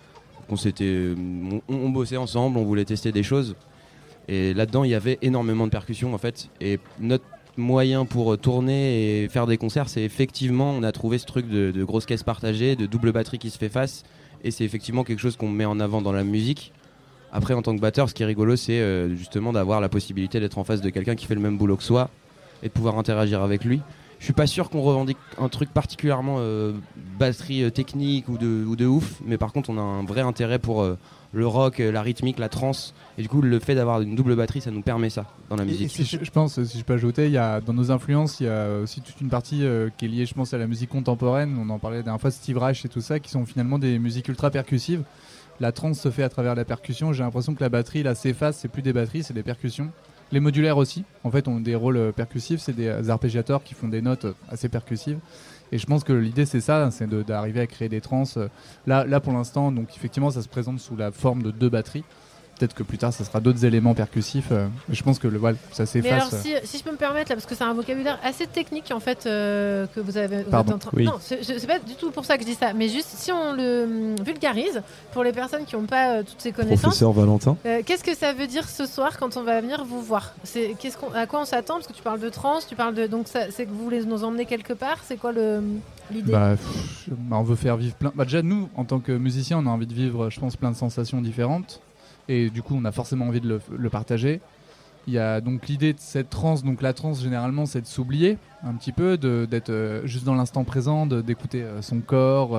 On bossait ensemble, on voulait tester des choses. Et là-dedans, il y avait énormément de percussions en fait. Et notre moyen pour tourner et faire des concerts, c'est effectivement, on a trouvé ce truc de grosse caisse partagée, de double batterie qui se fait face. Et c'est effectivement quelque chose qu'on met en avant dans la musique. Après, en tant que batteur, ce qui est rigolo, c'est justement d'avoir la possibilité d'être en face de quelqu'un qui fait le même boulot que soi et de pouvoir interagir avec lui. Je suis pas sûr qu'on revendique un truc particulièrement batterie technique ou de ouf, mais par contre, on a un vrai intérêt pour le rock, la rythmique, la trance. Et du coup, le fait d'avoir une double batterie, ça nous permet ça dans la musique. Et je pense, si je peux ajouter, dans nos influences, il y a aussi toute une partie qui est liée, je pense, à la musique contemporaine. On en parlait la dernière fois, Steve Reich et tout ça, qui sont finalement des musiques ultra percussives. La trance se fait à travers la percussion. J'ai l'impression que la batterie, là, s'efface. C'est plus des batteries, c'est des percussions. Les modulaires aussi, en fait, ont des rôles percussifs. C'est des arpégiateurs qui font des notes assez percussives. Et je pense que l'idée, c'est ça, c'est d'arriver à créer des trans. Là, pour l'instant, donc effectivement, ça se présente sous la forme de 2 batteries. Peut-être que plus tard, ça sera d'autres éléments percussifs. Mais je pense que ça s'efface. Mais alors, si je peux me permettre, là, parce que c'est un vocabulaire assez technique, en fait, que vous avez... Pardon. Oui. Non, c'est pas du tout pour ça que je dis ça. Mais juste, si on le vulgarise, pour les personnes qui n'ont pas toutes ces connaissances... Professeur Valentin. Qu'est-ce que ça veut dire ce soir quand on va venir vous voir? À quoi on s'attend? Parce que tu parles de trance, tu parles de... Donc, c'est que vous voulez nous emmener quelque part? C'est quoi l'idée? On veut faire vivre plein... déjà, nous, en tant que musiciens, on a envie de vivre, je pense, plein de sensations différentes. Et du coup, on a forcément envie de le partager. Il y a donc l'idée de cette transe. Donc la transe, généralement, c'est de s'oublier un petit peu, d'être juste dans l'instant présent, d'écouter son corps,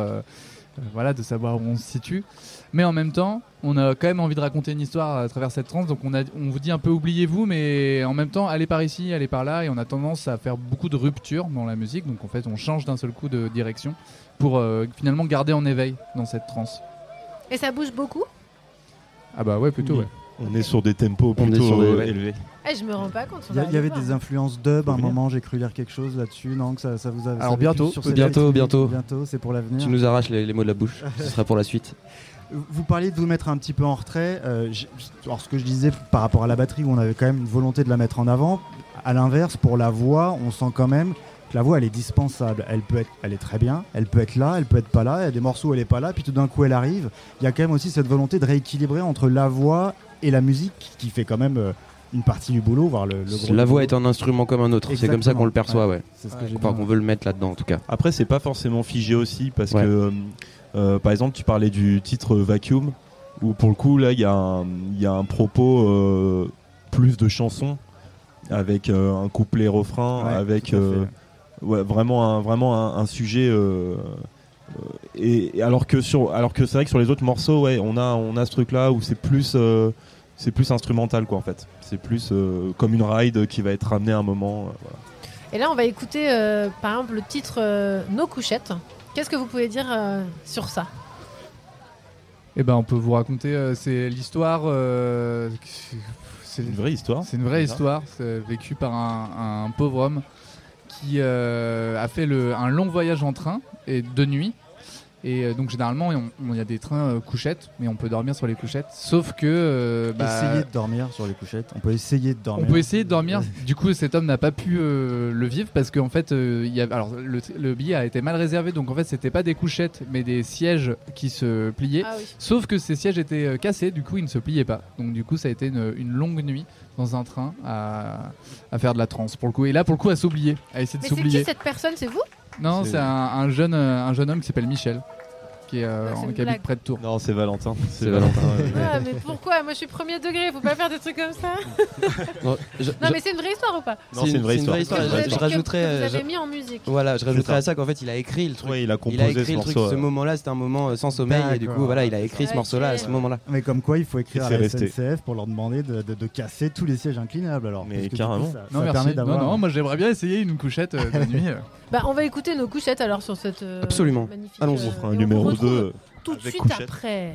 de savoir où on se situe. Mais en même temps, on a quand même envie de raconter une histoire à travers cette transe. Donc on vous dit un peu oubliez-vous, mais en même temps, allez par ici, allez par là. Et on a tendance à faire beaucoup de ruptures dans la musique. Donc en fait, on change d'un seul coup de direction pour finalement garder en éveil dans cette transe. Et ça bouge beaucoup? Ah bah ouais, plutôt, ouais. On est sur des tempos plutôt élevés. Je me rends pas compte. Il y avait des influences dub à un moment, j'ai cru lire quelque chose là-dessus, non, que ça vous a... Alors bientôt, c'est pour l'avenir. Tu nous arraches les mots de la bouche, ce sera pour la suite. Vous parliez de vous mettre un petit peu en retrait. Alors ce que je disais par rapport à la batterie, où on avait quand même une volonté de la mettre en avant. À l'inverse, pour la voix, on sent quand même que la voix, elle est dispensable. Elle est très bien, elle peut être là, elle peut être pas là. Il y a des morceaux où elle est pas là, puis tout d'un coup elle arrive. Il y a quand même aussi cette volonté de rééquilibrer entre la voix et la musique, qui fait quand même une partie du boulot, voire le gros. La voix est un instrument comme un autre. Exactement. C'est comme ça qu'on le perçoit, ouais. C'est ce que qu'on veut le mettre là-dedans, en tout cas. Après, c'est pas forcément figé aussi, parce que par exemple, tu parlais du titre Vacuum, où pour le coup, là, il y a un propos plus de chansons, avec un couplet-refrain, avec vraiment un sujet. Et alors que c'est vrai que sur les autres morceaux, on a ce truc-là où c'est plus instrumental, quoi, en fait. C'est plus comme une ride qui va être ramenée à un moment. Voilà. Et là, on va écouter, par exemple, le titre Nos couchettes. Qu'est-ce que vous pouvez dire sur ça? On peut vous raconter, c'est l'histoire... c'est une vraie histoire. C'est une vraie histoire, c'est vécu par un pauvre homme qui a fait un long voyage en train et de nuit. Et donc généralement il y a des trains couchettes, mais on peut dormir sur les couchettes. Sauf que essayer de dormir sur les couchettes. On peut essayer de dormir. On peut essayer de dormir. Du coup, cet homme n'a pas pu le vivre parce qu'en fait, le billet a été mal réservé. Donc en fait, c'était pas des couchettes, mais des sièges qui se pliaient. Ah oui. Sauf que ces sièges étaient cassés. Du coup, ils ne se pliaient pas. Donc du coup, ça a été une longue nuit dans un train à faire de la transe pour le coup. Et là, pour le coup, à s'oublier, à essayer de s'oublier. Mais c'est qui cette personne? C'est vous? Non, c'est un jeune homme qui s'appelle Michel, qui habite près de Tours. Non, c'est Valentin. C'est Valentin. Mais pourquoi? Moi, je suis premier degré, faut pas faire des trucs comme ça. Non, mais c'est une vraie histoire ou pas? Non, c'est une vraie histoire. Je rajouterais. Vous avez mis en musique. Voilà, je rajouterais à ça qu'en fait, il a écrit le truc. Ouais, il a composé ce morceau. Ce moment-là, c'était un moment sans sommeil, et du coup, voilà, il a écrit ce morceau-là à ce moment-là. Mais comme quoi, il faut écrire à la SNCF pour leur demander de casser tous les sièges inclinables. Alors, mais carrément. Non, merci. Non, moi, j'aimerais bien essayer une couchette de nuit. On va écouter Nos couchettes alors sur cette. Absolument. Allons-y. On fera un numéro 2. Tout de suite couchette. après.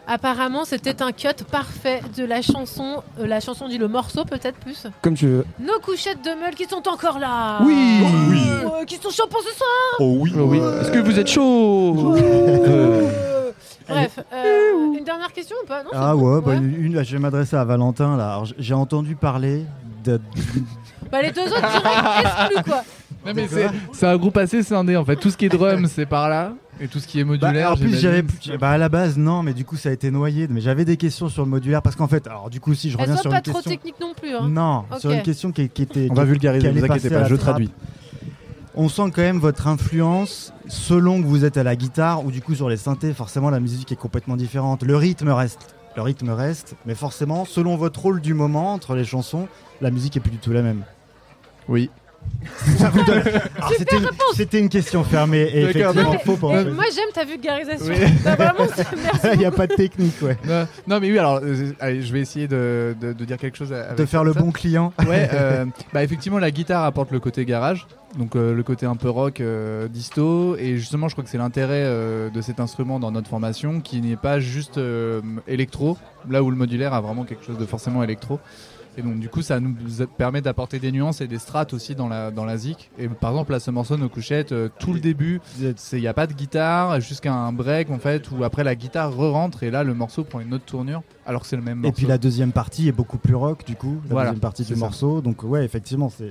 Apparemment, c'était un cut parfait de la chanson dit le morceau peut-être plus. Comme tu veux. Nos couchettes de meule qui sont encore là. Oui. Qui sont chauds pour ce soir. Oh oui. Est-ce que vous êtes chaud? Bref, une dernière question ou pas? Non, ah ouais, bah, je vais m'adresser à Valentin là. Alors, j'ai entendu parler de... Bah les deux autres direct exclus quoi. Non mais c'est un groupe assez scindé en fait. Tout ce qui est drum c'est par là et tout ce qui est modulaire. En plus à la base non, mais du coup ça a été noyé. Mais j'avais des questions sur le modulaire parce qu'en fait, alors du coup si je reviens sur une question. Pas trop technique non plus. Hein. Non, okay. sur une question qui était. On va vulgariser, ne vous inquiétez pas, je traduis. On sent quand même votre influence selon que vous êtes à la guitare ou du coup sur les synthés. Forcément la musique est complètement différente. Le rythme reste, mais forcément selon votre rôle du moment entre les chansons, la musique est plus du tout la même. Oui. Ça vous donne... Alors, c'était une question fermée et effectivement faux pour moi j'aime ta vulgarisation. Oui. Vraiment, il n'y a pas de technique, ouais. Non mais oui, alors allez, je vais essayer de dire quelque chose. De faire le bon client. Ouais, effectivement la guitare apporte le côté garage, donc le côté un peu rock, disto, et justement je crois que c'est l'intérêt de cet instrument dans notre formation qui n'est pas juste électro, là où le modulaire a vraiment quelque chose de forcément électro. Et donc du coup ça nous permet d'apporter des nuances et des strates aussi dans la zik. Et par exemple là ce morceau Nos couchettes, tout le début il n'y a pas de guitare jusqu'à un break en fait où après la guitare re-rentre et là le morceau prend une autre tournure alors que c'est le même morceau. Et puis la deuxième partie est beaucoup plus rock du coup, deuxième partie du morceau. Donc ouais effectivement c'est...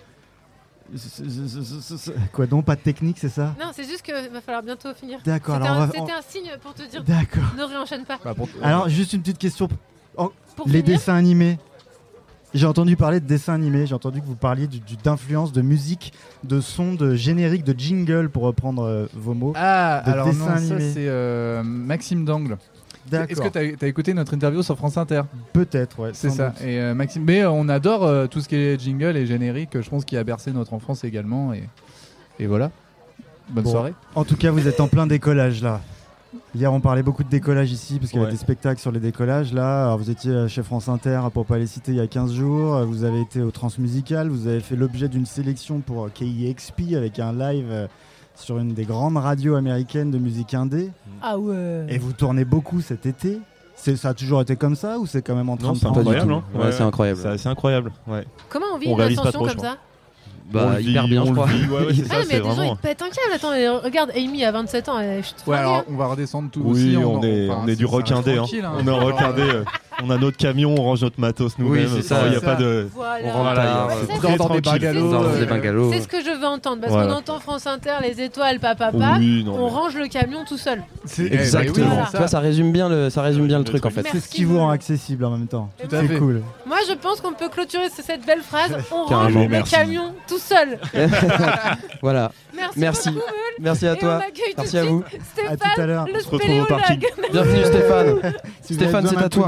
Quoi donc, pas de technique, c'est ça? Non, c'est juste qu'il va falloir bientôt finir. D'accord, c'était un signe pour te dire ne réenchaîne pas. Alors juste une petite question. Les dessins animés. J'ai entendu parler de dessins animés, j'ai entendu que vous parliez d'influence, de musique, de son, de générique, de jingle, pour reprendre vos mots. Ah, alors non, ça c'est Maxime Dangle. D'accord. Est-ce que tu as écouté notre interview sur France Inter? Peut-être, ouais. C'est ça. Et Maxime, mais on adore tout ce qui est jingle et générique, je pense qu'il a bercé notre enfance également. Et voilà. Bonne soirée. En tout cas, vous êtes en plein décollage là. Hier, on parlait beaucoup de décollage ici, parce qu'il y avait des spectacles sur les décollages. Là, alors, vous étiez chez France Inter, pour pas les citer, il y a 15 jours. Vous avez été au Transmusical. Vous avez fait l'objet d'une sélection pour KEXP avec un live sur une des grandes radios américaines de musique indé. Ah ouais. Et vous tournez beaucoup cet été. Ça a toujours été comme ça ou c'est quand même en train de prendre? C'est incroyable. Hein. Ouais, c'est incroyable. C'est assez incroyable. Ouais. Comment on vit une ascension comme ça? Bah hyper bien, je crois. Ouais, c'est ça, mais il y a des gens qui pètent un câble. Attends, regarde, Amy à 27 ans. Ouais, alors on va redescendre tout aussi. Oui, on est du rock indé. On est en rock indé. On a notre camion, on range notre matos nous-mêmes. Oui, c'est ça. Il n'y a pas de. Voilà. On rentre des bungalows. C'est ce que je veux entendre. Parce qu'on entend France Inter, les étoiles, papa. On range le camion tout seul. Exactement. Tu vois, ça résume bien le truc en fait. C'est ce qui vous rend accessible en même temps. Tout à fait. Cool. Moi, je pense qu'on peut clôturer cette belle phrase. On range le camion tout seul. Voilà. Merci. Merci à toi. Merci à vous. Stéphane, à tout à l'heure. le spéléologue. Bienvenue Stéphane. Stéphane, c'est à toi.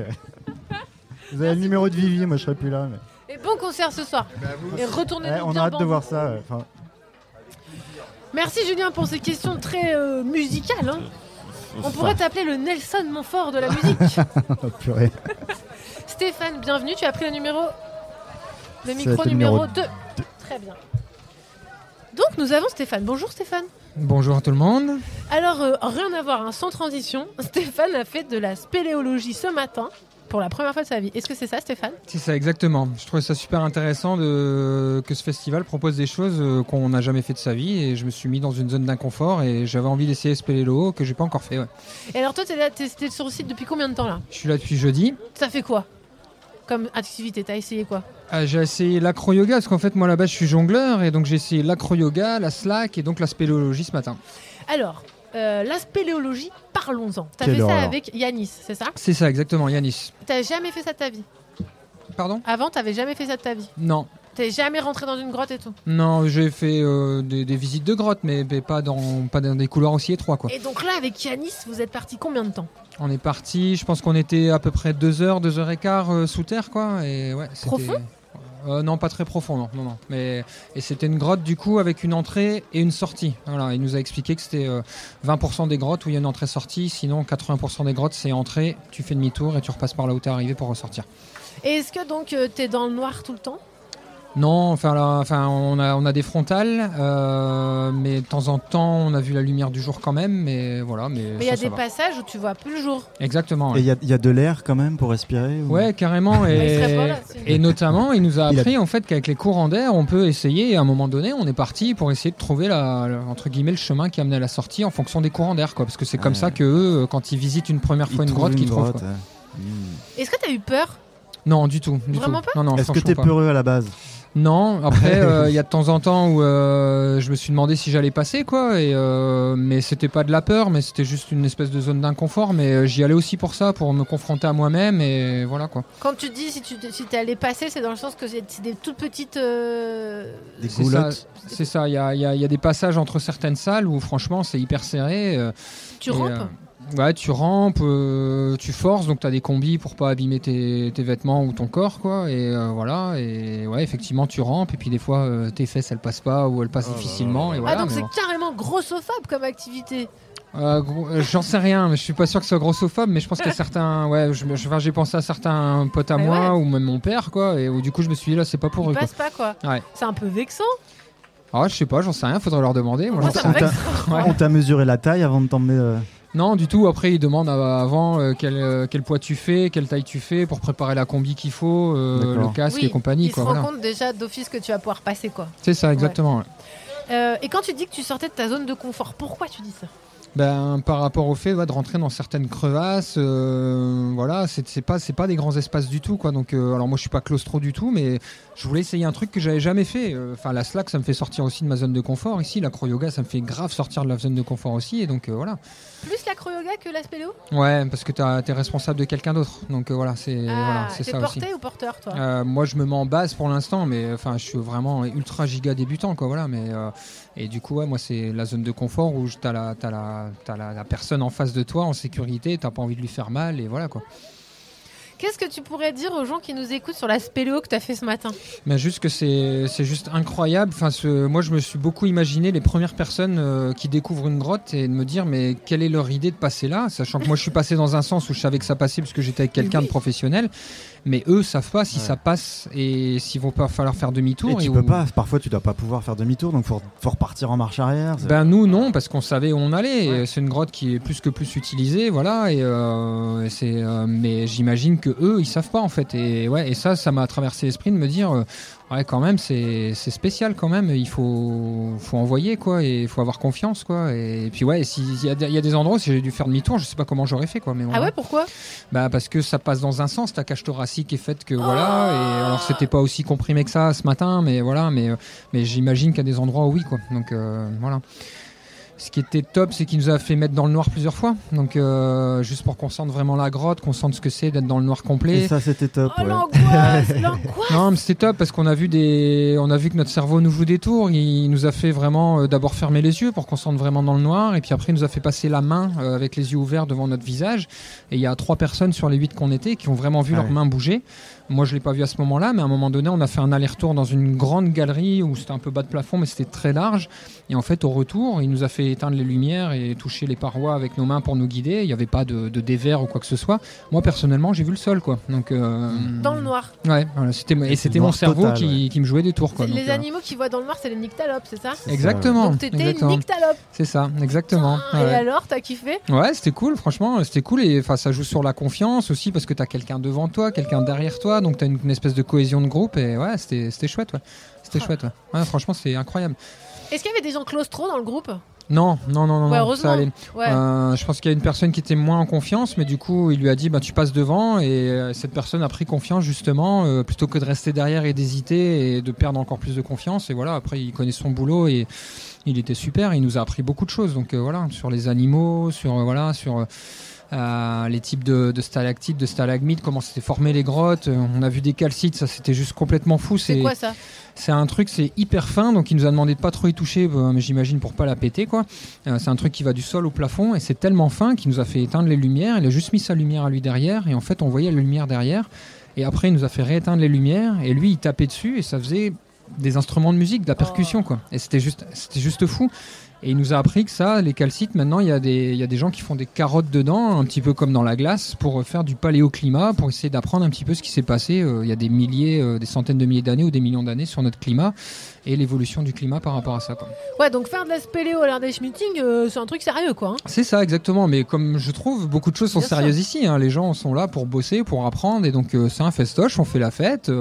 Vous avez le numéro de Vivi, moi je serai plus là. Et bon concert ce soir. Et retournez-nous on bien a hâte de voir ça. Merci Julien pour ces questions très musicales. Hein. On pourrait t'appeler le Nelson Montfort de la musique. Purée. Stéphane, bienvenue. Tu as pris le micro numéro 2. Très bien. Donc nous avons Stéphane. Bonjour Stéphane. Bonjour à tout le monde. Alors rien à voir, sans transition. Stéphane a fait de la spéléologie ce matin pour la première fois de sa vie. Est-ce que c'est ça Stéphane? C'est ça exactement. Je trouvais ça super intéressant que ce festival propose des choses qu'on n'a jamais fait de sa vie et je me suis mis dans une zone d'inconfort et j'avais envie d'essayer spéléolo que j'ai pas encore fait. Ouais. Et alors toi t'es sur le site depuis combien de temps là? Je suis là depuis jeudi. Ça fait quoi comme activité? T'as essayé quoi? J'ai essayé l'acro-yoga parce qu'en fait moi là-bas je suis jongleur et donc j'ai essayé l'acro-yoga, la slack et donc la spéléologie ce matin. Alors, la spéléologie, parlons-en. T'as fait ça avec Yanis, c'est ça? C'est ça exactement, Yanis. T'as jamais fait ça de ta vie? Pardon? Avant t'avais jamais fait ça de ta vie? Non. T'es jamais rentré dans une grotte et tout? Non, j'ai fait des visites de grottes mais pas dans des couloirs aussi étroits quoi. Et donc là avec Yanis, vous êtes parti combien de temps? On est parti, je pense qu'on était à peu près 2 heures, 2 heures et quart sous terre quoi. Et ouais, profond? Non, pas très profond, non. Et c'était une grotte du coup avec une entrée et une sortie. Voilà, il nous a expliqué que c'était 20% des grottes où il y a une entrée-sortie, sinon 80% des grottes c'est entrée, tu fais demi-tour et tu repasses par là où t'es arrivé pour ressortir. Et est-ce que donc t'es dans le noir tout le temps? Non, on a des frontales, mais de temps en temps, on a vu la lumière du jour quand même, mais voilà. Mais il y a des passages où tu vois plus le jour. Exactement. Et il y a de l'air quand même pour respirer. Ouais, carrément. Et notamment, il nous a appris en fait qu'avec les courants d'air, on peut essayer. Et à un moment donné, on est parti pour essayer de trouver entre guillemets le chemin qui amenait à la sortie en fonction des courants d'air, quoi. Parce que c'est comme ça que eux, quand ils visitent une première fois une grotte, qu'ils trouvent. Quoi. Est-ce que tu as eu peur? Non, du tout. Vraiment pas? Non, est-ce que tu es peureux à la base? Non, après il y a de temps en temps où je me suis demandé si j'allais passer quoi, mais c'était pas de la peur, mais c'était juste une espèce de zone d'inconfort, mais j'y allais aussi pour ça, pour me confronter à moi-même et voilà quoi. Quand tu dis si tu allais passer, c'est dans le sens que c'est des toutes petites des goulottes. C'est ça, il y a des passages entre certaines salles où franchement c'est hyper serré. Tu rampes Ouais, tu rampes, tu forces, donc tu as des combis pour pas abîmer tes vêtements ou ton corps, quoi. Et voilà, et ouais, effectivement, tu rampes, et puis des fois, tes fesses, elles passent pas ou elles passent difficilement. Et voilà, donc c'est carrément grossophobe comme activité. J'en sais rien, mais je suis pas sûr que ce soit grossophobe, mais je pense que certains, j'ai pensé à certains potes à moi ou même mon père, quoi, et où du coup je me suis dit là, c'est pas pour eux. Ils passent pas, quoi. Ouais. C'est un peu vexant. Ah, je sais pas, j'en sais rien, faudrait leur demander. Moi, on t'a mesuré la taille avant de t'emmener. Non, du tout. Après, ils demandent avant quel poids tu fais, quelle taille tu fais pour préparer la combi qu'il faut, le casque et compagnie. Ils se rendent compte déjà d'office que tu vas pouvoir passer, quoi. C'est ça, exactement. Ouais. Et quand tu dis que tu sortais de ta zone de confort, pourquoi tu dis ça? Par rapport au fait de rentrer dans certaines crevasses, voilà, c'est pas des grands espaces du tout, quoi. Donc, alors moi je suis pas claustro du tout, mais je voulais essayer un truc que j'avais jamais fait. Enfin, la slack, ça me fait sortir aussi de ma zone de confort. Ici, l'acro-yoga, ça me fait grave sortir de la zone de confort aussi, et donc voilà. Plus l'acro-yoga que la spéléo? Ouais, parce que t'es responsable de quelqu'un d'autre, donc voilà, c'est ça aussi. T'es porté ou porteur, toi? Moi, je me mets en base pour l'instant, mais enfin, je suis vraiment ultra giga débutant, quoi. Voilà, mais et du coup, ouais, moi, c'est la zone de confort où t'as la personne en face de toi en sécurité, t'as pas envie de lui faire mal, et voilà, quoi. Qu'est-ce que tu pourrais dire aux gens qui nous écoutent sur la spéléo que tu as fait ce matin? Juste que c'est juste incroyable. Enfin, moi, je me suis beaucoup imaginé les premières personnes qui découvrent une grotte et de me dire mais quelle est leur idée de passer là, sachant que moi je suis passé dans un sens où je savais que ça passait parce que j'étais avec quelqu'un de professionnel, mais eux savent pas si ça passe et s'il va pas falloir faire demi-tour. Et tu peux pas, parfois tu dois pas pouvoir faire demi-tour, donc faut repartir en marche arrière. Nous non, parce qu'on savait où on allait. Ouais. C'est une grotte qui est plus que plus utilisée, voilà. Mais j'imagine que eux ils savent pas en fait, et ça m'a traversé l'esprit de me dire ouais, quand même c'est spécial quand même, il faut envoyer, quoi, et il faut avoir confiance, quoi. Et puis ouais, s'il y a des endroits où si j'ai dû faire demi-tour, je sais pas comment j'aurais fait, quoi. Mais ouais, pourquoi? Parce que ça passe dans un sens, ta cage thoracique est faite que voilà, et alors c'était pas aussi comprimé que ça ce matin, mais voilà, mais j'imagine qu'il y a des endroits où oui, quoi. Donc voilà. Ce qui était top, c'est qu'il nous a fait mettre dans le noir plusieurs fois. Donc, juste pour qu'on sente vraiment la grotte, qu'on sente ce que c'est d'être dans le noir complet. Et ça, c'était top. Oh, l'angoisse. Non, mais c'était top parce qu'on a vu que notre cerveau nous joue des tours. Il nous a fait vraiment d'abord fermer les yeux pour qu'on sente vraiment dans le noir. Et puis après, il nous a fait passer la main avec les yeux ouverts devant notre visage. Et il y a 3 personnes sur les 8 qu'on était qui ont vraiment vu leurs mains bouger. Moi, je ne l'ai pas vu à ce moment-là, mais à un moment donné, on a fait un aller-retour dans une grande galerie où c'était un peu bas de plafond, mais c'était très large. Et en fait, au retour, il nous a fait éteindre les lumières et toucher les parois avec nos mains pour nous guider. Il n'y avait pas de dévers ou quoi que ce soit. Moi, personnellement, j'ai vu le sol, quoi. Donc, dans le noir. Ouais, voilà, c'était mon cerveau total, qui me jouait des tours, quoi. Les animaux qui voient dans le noir, c'est les nyctalopes, c'est ça? Exactement. Donc, t'étais une nyctalope. C'est ça, exactement. Et alors, t'as kiffé? Ouais, c'était cool, franchement, c'était cool. Et ça joue sur la confiance aussi parce que t'as quelqu'un devant toi, quelqu'un derrière toi, donc t'as une espèce de cohésion de groupe, et ouais, c'était chouette, ouais. C'était chouette, ouais. Ouais, franchement, c'est incroyable. Est-ce qu'il y avait des gens claustro dans le groupe? Non, ça allait. Ouais. Je pense qu'il y a une personne qui était moins en confiance, mais du coup, il lui a dit tu passes devant, et cette personne a pris confiance justement, plutôt que de rester derrière et d'hésiter et de perdre encore plus de confiance. Et voilà, après, il connaît son boulot et il était super. Il nous a appris beaucoup de choses, donc voilà, sur les animaux, sur les types de stalactites, de stalagmites, comment s'étaient formées les grottes. On a vu des calcites, ça c'était juste complètement fou. C'est quoi ça? C'est un truc, c'est hyper fin, donc il nous a demandé de pas trop y toucher, mais j'imagine pour pas la péter, quoi. C'est un truc qui va du sol au plafond, et c'est tellement fin qu'il nous a fait éteindre les lumières. Il a juste mis sa lumière à lui derrière, et en fait on voyait la lumière derrière, et après il nous a fait rééteindre les lumières, et lui il tapait dessus, et ça faisait des instruments de musique, de la percussion, quoi. Et c'était juste fou. Et il nous a appris que ça, les calcites, maintenant, il y a des gens qui font des carottes dedans, un petit peu comme dans la glace, pour faire du paléoclimat, pour essayer d'apprendre un petit peu ce qui s'est passé il y a des centaines de milliers d'années ou des millions d'années sur notre climat et l'évolution du climat par rapport à ça, quoi. Ouais, donc faire de la spéléo à l'Ardèche Meeting, c'est un truc sérieux, quoi. Hein. C'est ça, exactement. Mais comme je trouve, beaucoup de choses sont Bien sérieuses sûr. ici. Hein. Les gens sont là pour bosser, pour apprendre. Et donc, c'est un festoche, on fait la fête.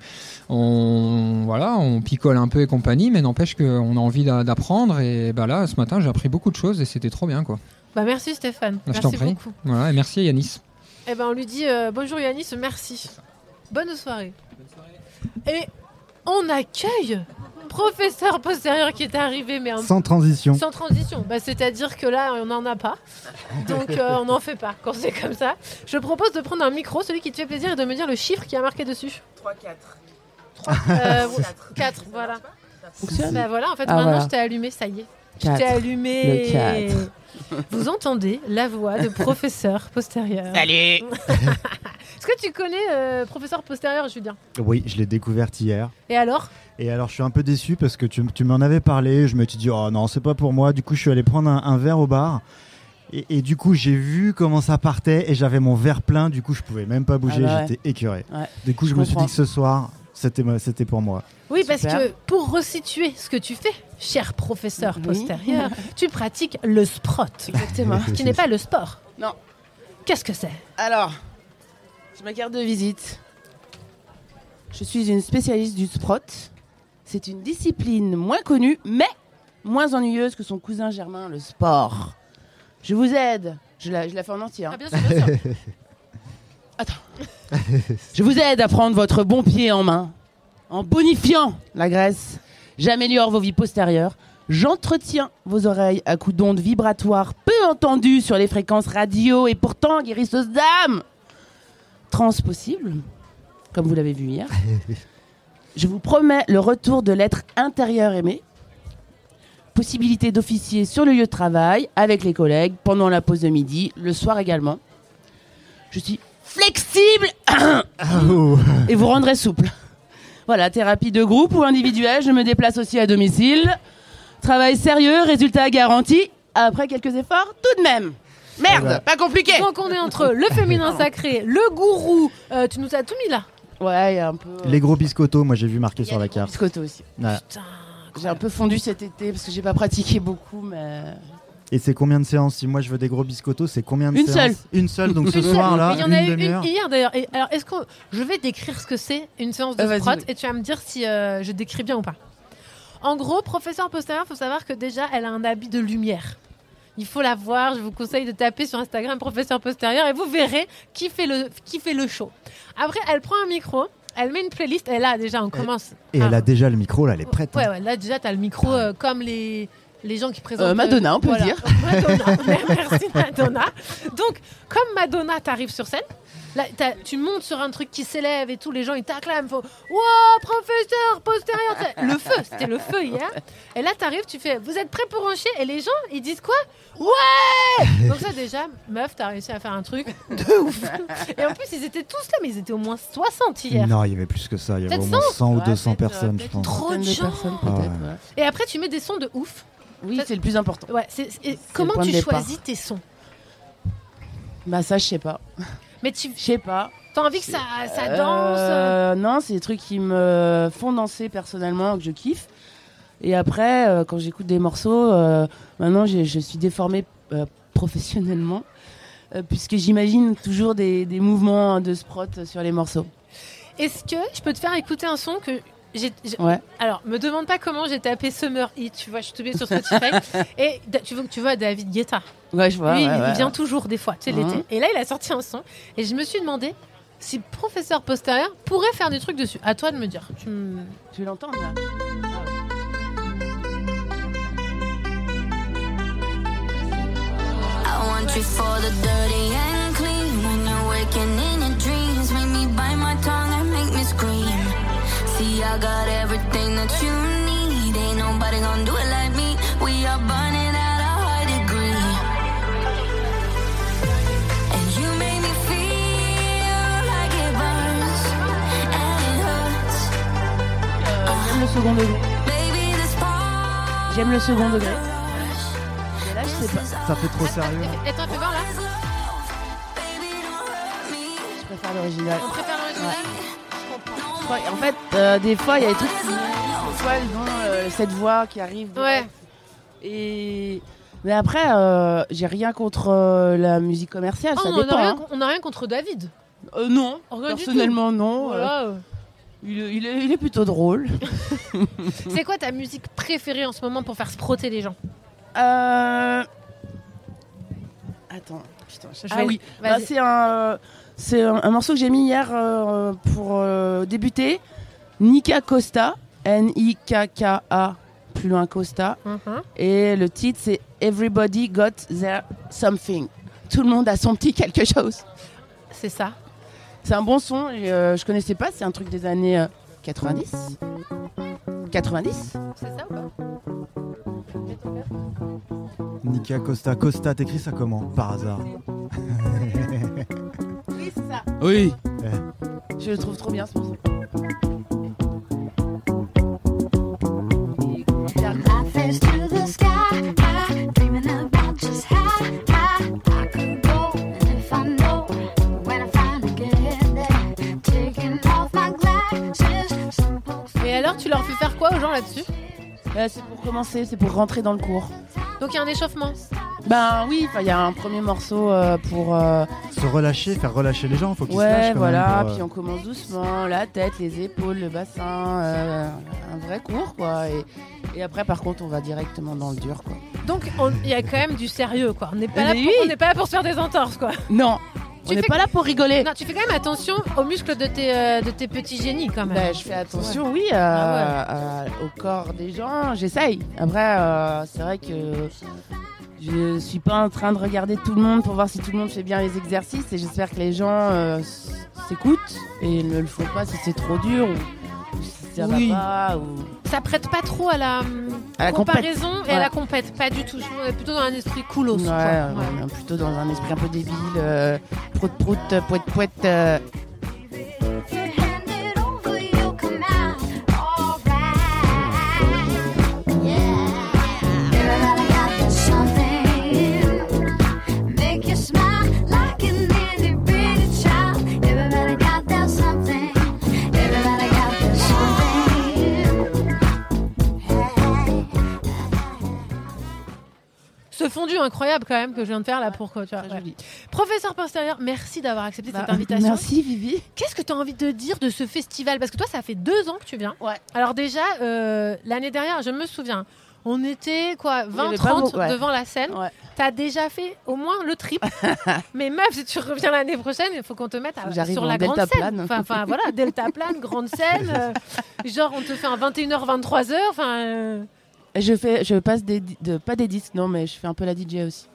On picole un peu et compagnie. Mais n'empêche qu'on a envie d'apprendre. Et bah là, ce matin, j'ai appris beaucoup de choses et c'était trop bien, quoi. Bah merci Stéphane. Je t'en prie. Beaucoup. Voilà, et merci à Yanis. Eh ben on lui dit bonjour Yanis, merci. Bonne soirée. Et on accueille professeur postérieur qui est arrivé, mais Sans transition. Sans transition. Bah, c'est-à-dire que là, on n'en a pas. Donc, on n'en fait pas quand c'est comme ça. Je propose de prendre un micro, celui qui te fait plaisir, et de me dire le chiffre qui a marqué dessus. 3, 4. 4, voilà. Fonctionne. Bah voilà, en fait, Ah, maintenant, voilà. je t'ai allumé, ça y est. Je 4. t'ai allumé. Le 4. Vous entendez la voix de professeur postérieur. Salut. Est-ce que tu connais professeur postérieur, Julien? Oui, je l'ai découverte hier. Et alors? Et alors, je suis un peu déçu parce que tu m'en avais parlé. Je me suis dit, oh non, c'est pas pour moi. Du coup, je suis allé prendre un verre au bar. Et du coup, j'ai vu comment ça partait et j'avais mon verre plein. Du coup, je pouvais même pas bouger. Ah bah ouais. J'étais écœuré. Ouais, du coup, je me suis dit que ce soir, c'était pour moi. Oui, parce Super. que pour resituer ce que tu fais, cher professeur postérieur, tu pratiques le sprot. Exactement. Qui n'est pas le sport. Non. Qu'est-ce que c'est? Alors, j'ai ma carte de visite. Je suis une spécialiste du sprot. C'est une discipline moins connue, mais moins ennuyeuse que son cousin germain, le sport. Je vous aide. Je la fais en entier. Hein. Ah, bien sûr, bien sûr. Attends. Je vous aide à prendre votre bon pied en main. En bonifiant la graisse, j'améliore vos vies postérieures. J'entretiens vos oreilles à coups d'ondes vibratoires peu entendues sur les fréquences radio et pourtant guérisseuses d'âme. Trans possible, comme vous l'avez vu hier. Je vous promets le retour de l'être intérieur aimé. Possibilité d'officier sur le lieu de travail, avec les collègues, pendant la pause de midi, le soir également. Je suis flexible et vous rendrez souple. Voilà, thérapie de groupe ou individuelle, je me déplace aussi à domicile. Travail sérieux, résultat garanti, après quelques efforts tout de même. Merde, pas compliqué. Donc on est entre le féminin sacré, le gourou, tu nous as tout mis là. Ouais, il y a un peu... Les gros biscottos, moi j'ai vu marqué sur la carte. Biscotto aussi. Ouais. J'ai un peu fondu cet été parce que j'ai pas pratiqué beaucoup, mais... Et c'est combien de séances? Si moi je veux des gros biscottos, c'est combien de Une séances? seule. Une seule, donc ce Une seule. soir-là, Il y en a une eu demi-heure. une hier d'ailleurs. Et alors, est-ce que je vais décrire ce que c'est une séance de Vas-y, sprot oui. et tu vas me dire si je décris bien ou pas. En gros, professeur postérieur, il faut savoir que déjà, elle a un habit de lumière. Il faut la voir. Je vous conseille de taper sur Instagram professeur postérieur et vous verrez qui fait le show. Après, elle prend un micro, elle met une playlist et là déjà on commence. Et elle a déjà le micro, là, elle est prête. hein. Ouais, là déjà tu as le micro comme les gens qui présentent. Madonna, on peut dire. Madonna. Merci Madonna. Donc, comme Madonna t'arrive sur scène, là, tu montes sur un truc qui s'élève et tous les gens ils t'acclament. Wow, professeur postérieur. Le feu, c'était le feu hier. Et là t'arrives, tu fais, vous êtes prêts pour un chien? Et les gens ils disent quoi? Ouais. Donc ça déjà, meuf, t'as réussi à faire un truc de ouf. Et en plus ils étaient tous là, mais ils étaient au moins 60 hier. Non, il y avait plus que ça. Il y avait Peut-être au moins 100 ou Ouais, 200 peut-être, personnes, je pense. Trop de gens. personnes, Ah peut-être. ouais. Ouais. Et après tu mets des sons de ouf. Oui, c'est le plus important. Ouais, et comment point de tu départ. choisis tes sons? Bah ça, je sais pas. Mais tu Je sais pas. as envie que ça danse? Non, c'est des trucs qui me font danser personnellement, que je kiffe. Et après, quand j'écoute des morceaux, maintenant je suis déformée professionnellement, puisque j'imagine toujours des mouvements de sprot sur les morceaux. Est-ce que je peux te faire écouter un son que Ouais. Alors, me demande pas comment j'ai tapé Summer Heat, tu vois, je suis tombée sur Spotify. Et tu vois David Guetta. Ouais, je vois. Lui, ouais, il ouais. vient toujours des fois, tu sais, Mhm. l'été. Et là, il a sorti un son. Et je me suis demandé si professeur postérieur pourrait faire des trucs dessus. À toi de me dire. Tu veux l'entendre là? I want you for the dirty and clean. When you're waking in your dreams, make me bite my tongue and make me scream. See, I got everything that you need. Ain't nobody gonna do it like me. We are burning at a high degree. And you make me feel like it burns and it hurts. J'aime le second degré. Baby, this part J'aime le second degré. Ça fait trop sérieux. Et toi, fais voir là. Je préfère l'original. On préfère l'original. En fait, des fois, il y a des trucs qui cette voix qui arrive. Ouais. Mais après, j'ai rien contre la musique commerciale, ça dépend. On n'a rien contre David. Non, Rien personnellement non. Voilà. Il est plutôt drôle. C'est quoi ta musique préférée en ce moment pour faire sprotter les gens? Attends, putain. Oui, c'est un morceau que j'ai mis hier pour débuter. Nika Costa, Nikka, plus loin Costa. Et le titre c'est Everybody Got Their Something. Tout le monde a son petit quelque chose. C'est ça. C'est un bon son, je connaissais pas, c'est un truc des années 90. 90 C'est ça ou pas? Nika Costa, t'écris ça comment, par hasard? Oui, c'est ça. Oui. Je le trouve trop bien ce morceau. Et alors, tu leur fais faire quoi aux gens là-dessus? C'est pour commencer, c'est pour rentrer dans le cours. Donc il y a un échauffement? Ben oui, il y a un premier morceau pour... Se relâcher, faire relâcher les gens, faut qu'ils se ouais, lâchent quand voilà, même. Puis on commence doucement, la tête, les épaules, le bassin, un vrai cours quoi. Et après par contre on va directement dans le dur quoi. Donc il y a quand même du sérieux quoi. On n'est pas, Oui. pas là pour se faire des entorses quoi. Non, on n'est pas là pour rigoler. Non, tu fais quand même attention aux muscles de tes petits génies quand même. Ben, je fais attention, oui, au corps des gens, j'essaye. Après, c'est vrai que je suis pas en train de regarder tout le monde pour voir si tout le monde fait bien les exercices et j'espère que les gens s'écoutent et ne le font pas si c'est trop dur ou si ça va pas. Ou... Ça prête pas trop à la comparaison et à la compète, pas du tout. On est plutôt dans un esprit coolos. Ouais, on est plutôt dans un esprit un peu débile, prout, poète. Ce fondu incroyable quand même que je viens de faire là pour quoi tu vois. Professeur Postérieur, merci d'avoir accepté cette invitation. Merci Vivi. Qu'est-ce que tu as envie de dire de ce festival? Parce que toi ça fait 2 ans que tu viens. Ouais. Alors déjà l'année dernière, je me souviens, on était quoi 20-30 devant la scène. Ouais. T'as déjà fait au moins le triple. Mais meuf, si tu reviens l'année prochaine, il faut qu'on te mette sur la grande scène. Enfin voilà, delta plane, grande scène. Genre on te fait un 21h 23h, Je passe pas des disques, non, mais je fais un peu la DJ aussi.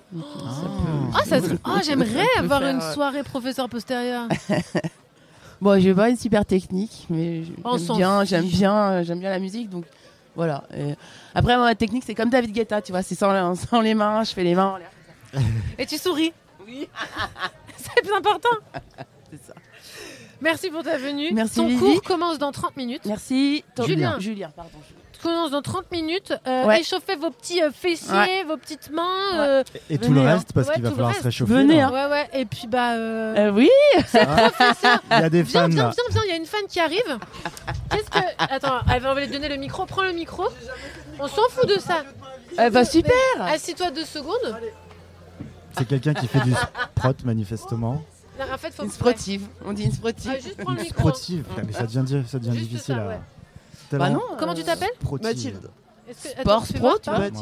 J'aimerais avoir une soirée professeur Postérieur. Bon, j'ai pas une super technique, mais j'aime bien la musique, donc voilà. Et après, ma technique, c'est comme David Guetta, tu vois, c'est sans les mains, je fais les mains en l'air. Et tu souris. Oui. C'est le plus important. C'est ça. Merci pour ta venue. Merci. Ton cours commence dans 30 minutes. Merci. Julien, pardon. Commence dans 30 minutes. Échauffez vos petits fessiers, vos petites mains. Et tout le reste, parce qu'il va falloir se réchauffer. Venez. Ouais. Et puis, oui. C'est professeur. Il y a des fans là. Viens, il y a une fan qui arrive. Attends, elle va lui donner le micro. Prends le micro. On s'en fout de ça. Super. Assis-toi 2 secondes. C'est quelqu'un qui fait du sprot, manifestement. En fait, faut une sprotive. On dit une sprotive. Juste prends le micro. Sprotive. Mais ça devient difficile à... Bah non. Comment tu t'appelles? Mathilde. Sport pro, tu vois.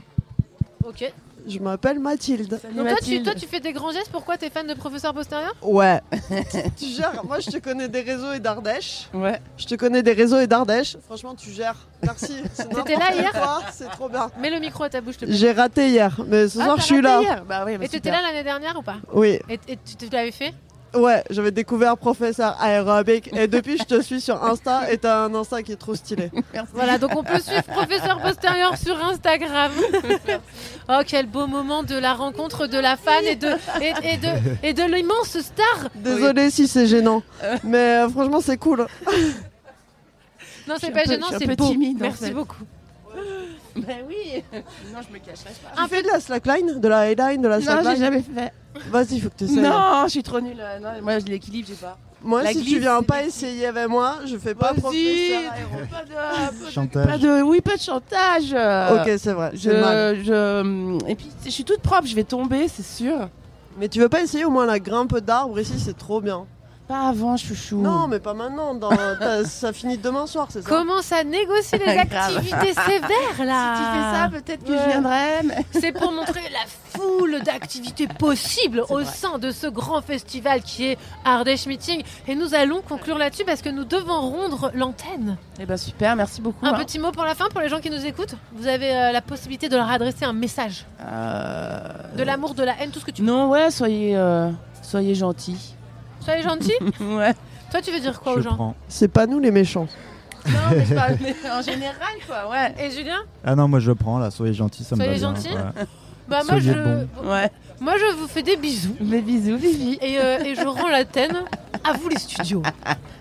Ok. Je m'appelle Mathilde. Donc toi, tu fais des grands gestes. Pourquoi t'es fan de professeur Postérieur? Ouais. Tu gères. Moi, je te connais des réseaux et d'Ardèche. Ouais. Je te connais des réseaux et d'Ardèche. Franchement, tu gères. Merci. T'étais là hier? C'est trop bien. Mets le micro à ta bouche, s'il te plaît. J'ai raté hier, mais ce soir, je suis là. Bah oui, et t'étais là l'année dernière ou pas? Oui. Et tu l'avais fait? Ouais, j'avais découvert professeur aérobic et depuis je te suis sur Insta et t'as un Insta qui est trop stylé. Merci. Voilà, donc on peut suivre professeur Postérieur sur Instagram. Oh, quel beau moment de la rencontre de la fan et de l'immense star. Désolée si c'est gênant, mais franchement c'est cool. Non, c'est pas gênant, c'est beau. Timide, merci beaucoup. Ben oui. Non, je me cacherai pas. Tu fais de la slackline, de la highline, de la slackline? Non, j'ai jamais fait. Vas-y, faut que tu essayes. Non, je suis trop nulle. Non, moi, l'équilibre, j'ai pas. Moi, La si glisse, tu viens c'est pas essayer avec moi, je fais pas Vas-y. professeur. Chantage. Oui, pas de chantage. Ok, c'est vrai. c'est mal. Et puis, je suis toute propre, je vais tomber, c'est sûr. Mais tu veux pas essayer au moins la grimpe d'arbre ici, c'est trop bien. Pas avant, chouchou. Non, mais pas maintenant. Ça finit demain soir, c'est ça? Commence à négocier les activités sévères là. Si tu fais ça, peut-être que je viendrai. Mais... C'est pour montrer la foule d'activités possibles au sein de ce grand festival qui est Ardèche Meeting. Et nous allons conclure là-dessus parce que nous devons rendre l'antenne. Eh ben super, merci beaucoup. Un petit mot pour la fin pour les gens qui nous écoutent. Vous avez la possibilité de leur adresser un message. De l'amour, de la haine, tout ce que tu veux. Non, ouais, soyez gentils. Soyez gentils. Ouais. Toi, tu veux dire quoi aux gens? C'est pas nous les méchants. Non, mais en général, quoi, ouais. Et Julien? Ah non, moi je le prends là, soyez gentils, ça me va bien. Soyez gentils. Ouais. Bah, Soyez bons. Ouais. Moi, je vous fais des bisous. Mes bisous, Vivi. Et je rends l'antenne à vous, les studios.